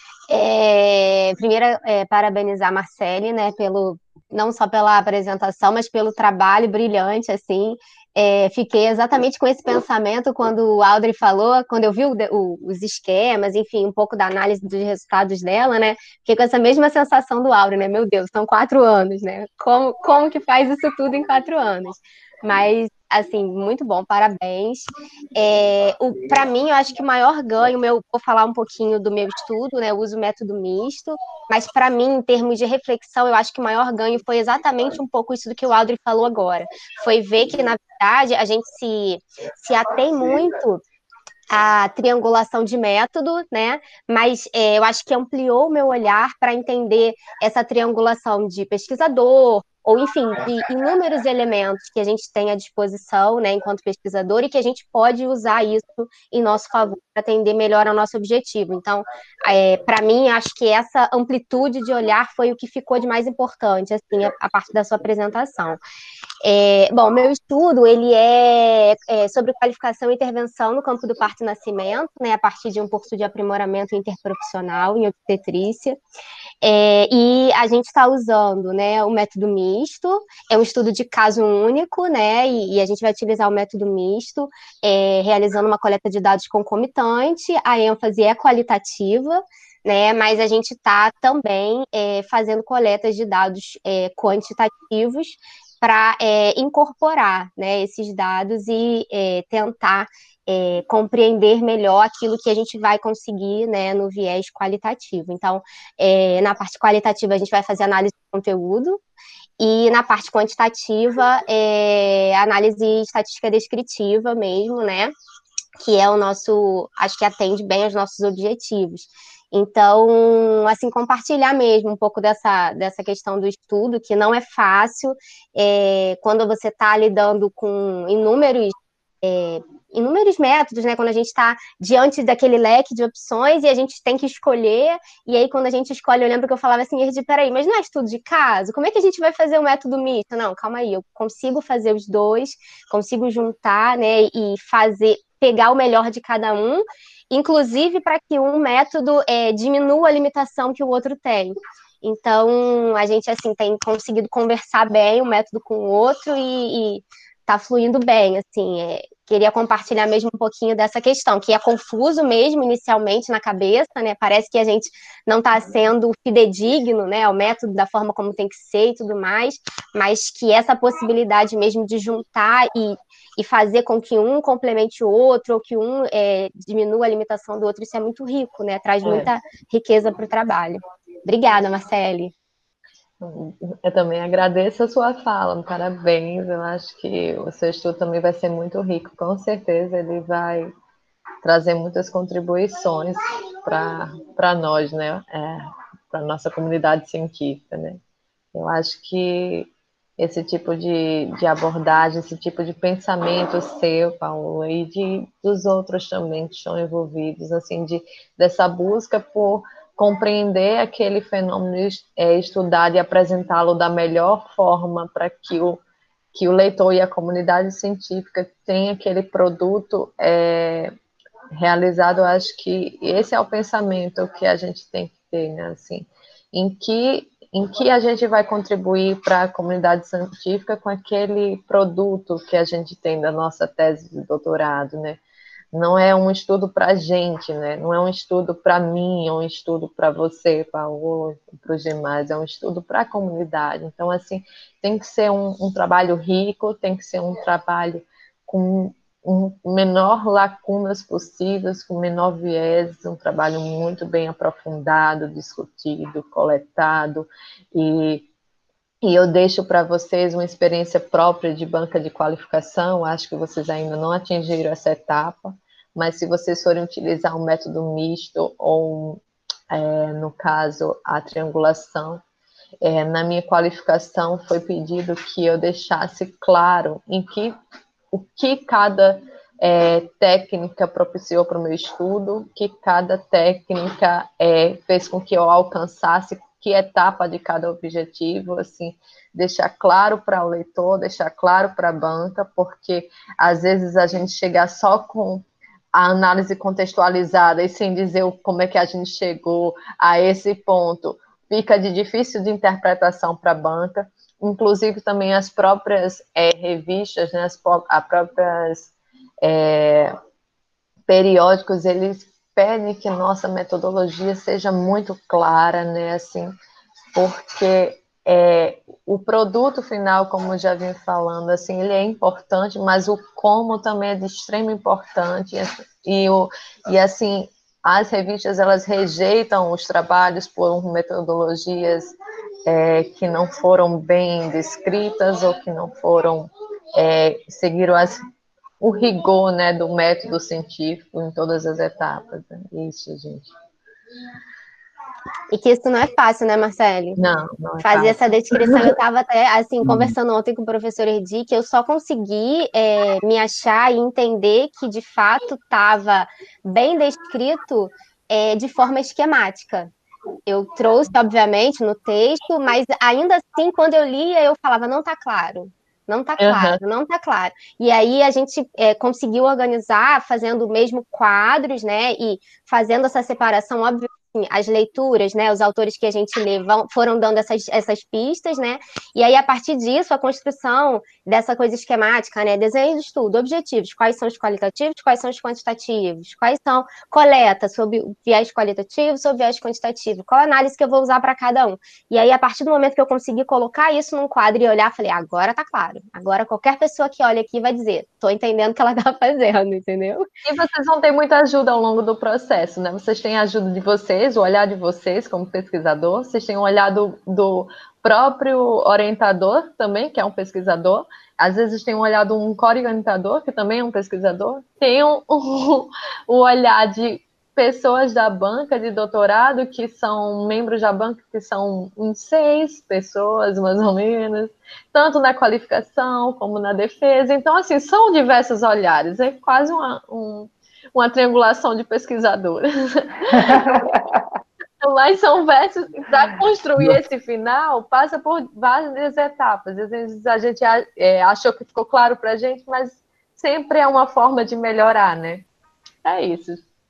Speaker 8: É, primeiro, é, parabenizar a Marcele, né, pelo, não só pela apresentação, mas pelo trabalho brilhante, assim. É, fiquei exatamente com esse pensamento quando o Audrey falou, quando eu vi o, o, os esquemas, enfim, um pouco da análise dos resultados dela, né? Fiquei com essa mesma sensação do Audrey, né? Meu Deus, são quatro anos, né? Como, como que faz isso tudo em quatro anos? Mas, assim, muito bom, parabéns. É, para mim, eu acho que o maior ganho, meu, vou falar um pouquinho do meu estudo, né? Eu uso o método misto, mas para mim, em termos de reflexão, eu acho que o maior ganho foi exatamente um pouco isso do que o Audrey falou agora. Foi ver que, na verdade, a gente se, se atém muito a triangulação de método, né? Mas é, eu acho que ampliou o meu olhar para entender essa triangulação de pesquisador, ou enfim, de inúmeros elementos que a gente tem à disposição, né, enquanto pesquisador, e que a gente pode usar isso em nosso favor para atender melhor ao nosso objetivo. Então, é, para mim, acho que essa amplitude de olhar foi o que ficou de mais importante, assim, a, a partir da sua apresentação. É, bom, meu estudo ele é, é sobre qualificação e intervenção no campo do parto e nascimento, né, a partir de um curso de aprimoramento interprofissional em obstetrícia. É, e a gente está usando, né, o método misto, é um estudo de caso único, né, e, e a gente vai utilizar o método misto, é, realizando uma coleta de dados concomitante, a ênfase é qualitativa, né, mas a gente está também é, fazendo coletas de dados é, quantitativos para é, incorporar, né, esses dados e é, tentar É, compreender melhor aquilo que a gente vai conseguir, né, no viés qualitativo. Então, é, na parte qualitativa, a gente vai fazer análise de conteúdo, e na parte quantitativa, é, análise estatística descritiva mesmo, né? que é o nosso, acho que atende bem aos nossos objetivos. Então, assim, compartilhar mesmo um pouco dessa, dessa questão do estudo, que não é fácil, é, quando você está lidando com inúmeros, é, inúmeros métodos, né? Quando a gente está diante daquele leque de opções e a gente tem que escolher, e aí quando a gente escolhe, eu lembro que eu falava assim, Erdi, peraí, mas não é estudo de caso? Como é que a gente vai fazer o método misto? Não, calma aí, eu consigo fazer os dois, consigo juntar, né, e fazer, pegar o melhor de cada um, inclusive para que um método é, diminua a limitação que o outro tem. Então, a gente, assim, tem conseguido conversar bem um método com o outro e, e tá fluindo bem, assim, é, queria compartilhar mesmo um pouquinho dessa questão, que é confuso mesmo inicialmente na cabeça, né, parece que a gente não está sendo fidedigno, né, ao método da forma como tem que ser e tudo mais, mas que essa possibilidade mesmo de juntar e, e fazer com que um complemente o outro, ou que um é, diminua a limitação do outro, isso é muito rico, né, traz muita riqueza para o trabalho. Obrigada, Marcele.
Speaker 1: Eu também agradeço a sua fala, parabéns. Eu acho que o seu estudo também vai ser muito rico, com certeza ele vai trazer muitas contribuições para nós, né? É, para a nossa comunidade científica, né? Eu acho que esse tipo de, de abordagem, esse tipo de pensamento seu, Paulo, e de, dos outros também que estão envolvidos, assim, de, dessa busca por compreender aquele fenômeno, é, estudado e apresentá-lo da melhor forma para que o, que o leitor e a comunidade científica tenha aquele produto é, realizado. Eu acho que esse é o pensamento que a gente tem que ter, né, assim, em que, em que a gente vai contribuir para a comunidade científica com aquele produto que a gente tem da nossa tese de doutorado, né? Não é um estudo para a gente, né? Não é um estudo para mim, é um estudo para você, Paulo, para os demais, é um estudo para a comunidade. Então, assim, tem que ser um, um trabalho rico, tem que ser um trabalho com um menor lacunas possíveis, com menor viés, um trabalho muito bem aprofundado, discutido, coletado, e, e eu deixo para vocês uma experiência própria de banca de qualificação. Acho que vocês ainda não atingiram essa etapa, mas se vocês forem utilizar um método misto ou, é, no caso, a triangulação, é, na minha qualificação foi pedido que eu deixasse claro em que o que cada é, técnica propiciou para o meu estudo, que cada técnica é, fez com que eu alcançasse, que etapa de cada objetivo, assim, deixar claro para o leitor, deixar claro para a banca, porque às vezes a gente chegar só com a análise contextualizada e sem dizer como é que a gente chegou a esse ponto, fica de difícil de interpretação para a banca. Inclusive também as próprias é, revistas, né, as, as próprias é, periódicos, eles pedem que nossa metodologia seja muito clara, né, assim, porque é, o produto final, como eu já vim falando, assim, ele é importante, mas o como também é de extrema importância, e, o, e assim, as revistas, elas rejeitam os trabalhos por metodologias É, que não foram bem descritas ou que não foram, é, seguiram as, o rigor, né, do método científico em todas as etapas. Né? Isso, gente.
Speaker 8: E que isso não é fácil, né, Marcele?
Speaker 1: Não, não é
Speaker 8: Fazer
Speaker 1: fácil.
Speaker 8: essa descrição, eu estava até, assim, conversando ontem com o professor Erdi, que eu só consegui é, me achar e entender que, de fato, estava bem descrito é, de forma esquemática. Eu trouxe, obviamente, no texto, mas ainda assim, quando eu lia, eu falava, não está claro, não está claro, uhum. não está claro. E aí a gente é, conseguiu organizar, fazendo mesmo quadros, né, e fazendo essa separação, óbvio, assim, as leituras, né, os autores que a gente lê vão, foram dando essas, essas pistas, né, e aí a partir disso, a construção dessa coisa esquemática, né, desenho de estudo, objetivos, quais são os qualitativos, quais são os quantitativos, quais são coleta sobre o viés qualitativo, sobre o viés quantitativo, qual a análise que eu vou usar para cada um. E aí, a partir do momento que eu consegui colocar isso num quadro e olhar, falei, agora tá claro, agora qualquer pessoa que olha aqui vai dizer, tô entendendo o que ela tá fazendo, entendeu?
Speaker 1: E vocês vão ter muita ajuda ao longo do processo, né, vocês têm a ajuda de vocês, vocês, o olhar de vocês como pesquisador, vocês têm um olhar do, do próprio orientador também, que é um pesquisador, às vezes tem um olhar de um co-orientador, que também é um pesquisador, tem um, um, o olhar de pessoas da banca de doutorado, que são membros da banca, que são uns seis pessoas, mais ou menos, tanto na qualificação como na defesa. Então, assim, são diversos olhares, é quase uma, um, uma triangulação de pesquisadores. Mas são versos, para construir esse final, passa por várias etapas. Às vezes a gente é, achou que ficou claro para a gente, mas sempre é uma forma de melhorar, né? É isso.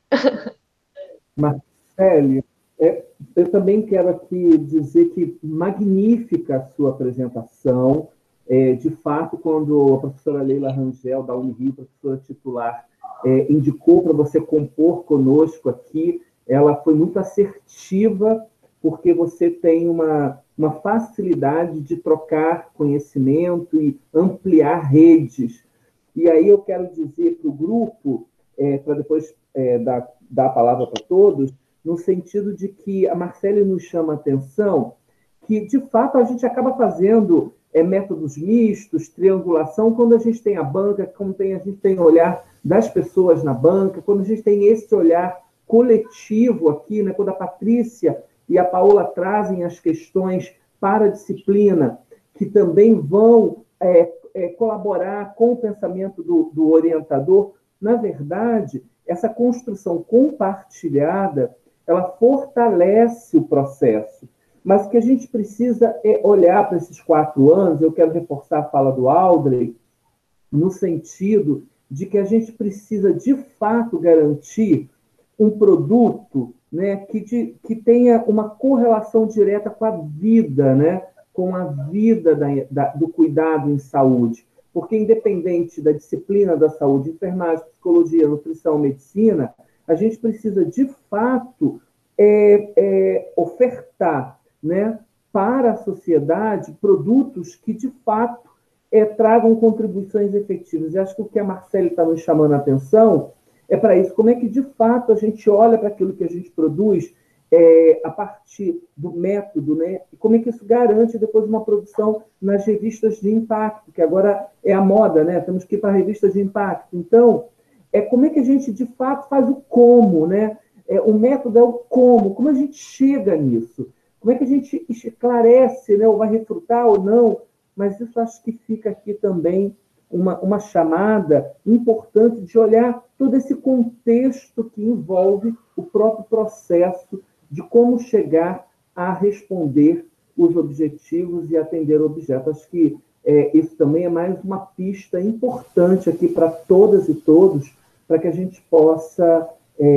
Speaker 7: Marcele, é, eu também quero aqui dizer que magnífica a sua apresentação. É, de fato, quando a professora Leila Rangel, da Unirio, professora titular, é, indicou para você compor conosco aqui, ela foi muito assertiva, porque você tem uma, uma facilidade de trocar conhecimento e ampliar redes. E aí eu quero dizer para o grupo, é, para depois é, dar, dar a palavra para todos, no sentido de que a Marcele nos chama a atenção que, de fato, a gente acaba fazendo é, métodos mistos, triangulação, quando a gente tem a banca, quando tem, a gente tem o olhar das pessoas na banca, quando a gente tem esse olhar coletivo aqui, né, quando a Patrícia e a Paola trazem as questões para a disciplina, que também vão é, é, colaborar com o pensamento do, do orientador, na verdade, essa construção compartilhada, ela fortalece o processo. Mas o que a gente precisa é olhar para esses quatro anos, eu quero reforçar a fala do Aldrey, no sentido de que a gente precisa, de fato, garantir um produto, né, que, de, que tenha uma correlação direta com a vida, né, com a vida da, da, do cuidado em saúde. Porque, independente da disciplina da saúde, enfermagem, psicologia, nutrição, medicina, a gente precisa, de fato, é, é, ofertar, né, para a sociedade produtos que, de fato, é, tragam contribuições efetivas. E acho que o que a Marcele está nos chamando a atenção é para isso. Como é que, de fato, a gente olha para aquilo que a gente produz é, a partir do método, né? E como é que isso garante depois uma produção nas revistas de impacto, que agora é a moda, né? Temos que ir para revistas de impacto. Então, é como é que a gente, de fato, faz o como, né? É, o método é o como, como a gente chega nisso? Como é que a gente esclarece, né? Ou vai refutar ou não? Mas isso acho que fica aqui também Uma, uma chamada importante de olhar todo esse contexto que envolve o próprio processo de como chegar a responder os objetivos e atender o objeto. Acho que é, isso também é mais uma pista importante aqui para todas e todos, para que a gente possa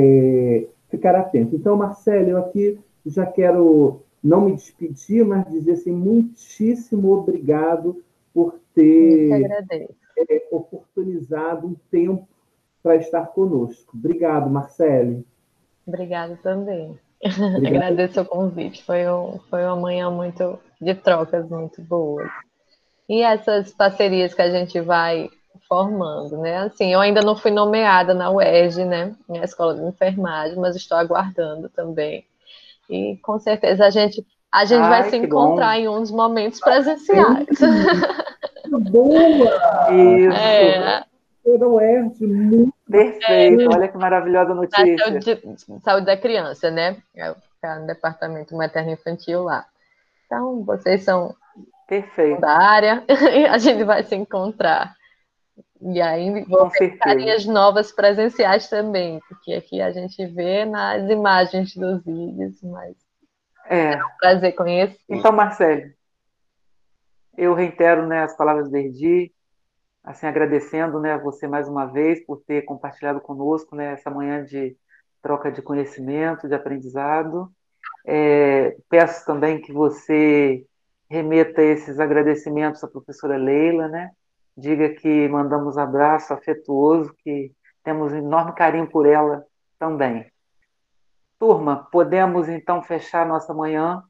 Speaker 7: é, ficar atento. Então, Marcelo, eu aqui já quero não me despedir, mas dizer assim, muitíssimo obrigado por ter é, oportunizado um tempo para estar conosco. Obrigado, Marcele.
Speaker 1: Obrigada também. Obrigado. Agradeço o convite. Foi, um, foi uma manhã muito de trocas muito boas. E essas parcerias que a gente vai formando, né? Assim, eu ainda não fui nomeada na U E R J, né? Minha escola de enfermagem, mas estou aguardando também. E com certeza a gente, a gente Ai, vai se encontrar bom. Em uns momentos presenciais.
Speaker 7: Boa!
Speaker 2: Isso! É.
Speaker 7: Toda U E R J, muito
Speaker 2: perfeito! É. Olha que maravilhosa notícia.
Speaker 1: Saúde, saúde da criança, né? Eu ficar no departamento materno-infantil lá. Então, vocês são
Speaker 2: perfeito.
Speaker 1: Da área e a gente vai se encontrar. E aí vou ter carinhas novas presenciais também, porque aqui a gente vê nas imagens dos vídeos, mas
Speaker 2: é,
Speaker 1: é um prazer conhecer.
Speaker 2: Então, Marcele, eu reitero, né, as palavras do Erdi, assim, agradecendo, né, você mais uma vez por ter compartilhado conosco, né, essa manhã de troca de conhecimento, de aprendizado. É, peço também que você remeta esses agradecimentos à professora Leila, né? Diga que mandamos um abraço afetuoso, que temos um enorme carinho por ela também. Turma, podemos então fechar nossa manhã?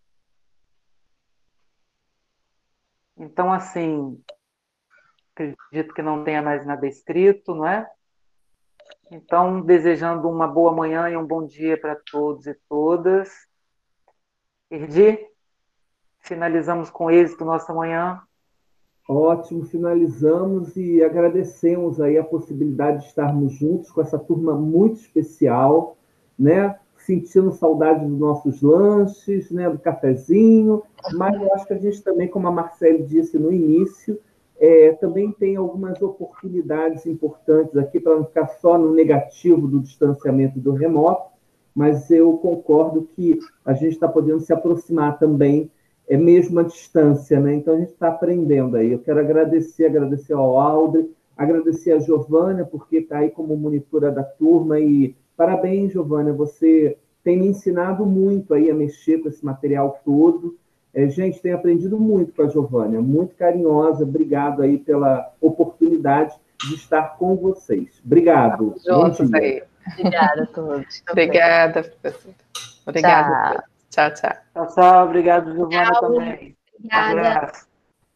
Speaker 2: Então, assim, acredito que não tenha mais nada escrito, não é? Então, desejando uma boa manhã e um bom dia para todos e todas. Erdi, finalizamos com êxito nossa manhã.
Speaker 7: Ótimo, finalizamos e agradecemos aí a possibilidade de estarmos juntos com essa turma muito especial, né? Sentindo saudade dos nossos lanches, né? Do cafezinho, mas eu acho que a gente também, como a Marcele disse no início, é, também tem algumas oportunidades importantes aqui para não ficar só no negativo do distanciamento do remoto, mas eu concordo que a gente está podendo se aproximar também, é mesmo a distância, né? Então a gente está aprendendo aí. Eu quero agradecer, agradecer ao Aldre, agradecer a Giovânia, porque está aí como monitora da turma, e parabéns, Giovânia, você tem me ensinado muito aí a mexer com esse material todo. É, gente, tenho aprendido muito com a Giovânia, muito carinhosa, obrigado aí pela oportunidade de estar com vocês. Obrigado.
Speaker 6: Juntos aí.
Speaker 1: Obrigada a todos.
Speaker 6: Obrigada, professora. Obrigada. Tchau, tchau.
Speaker 2: Tchau, tchau. Obrigado, Giovana, também.
Speaker 8: Obrigada.
Speaker 2: Abraço.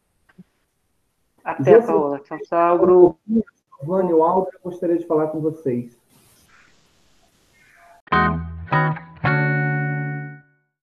Speaker 2: Até, Paola. Tchau, tchau, grupo.
Speaker 7: Giovânia, o Aldre, eu gostaria de falar com vocês.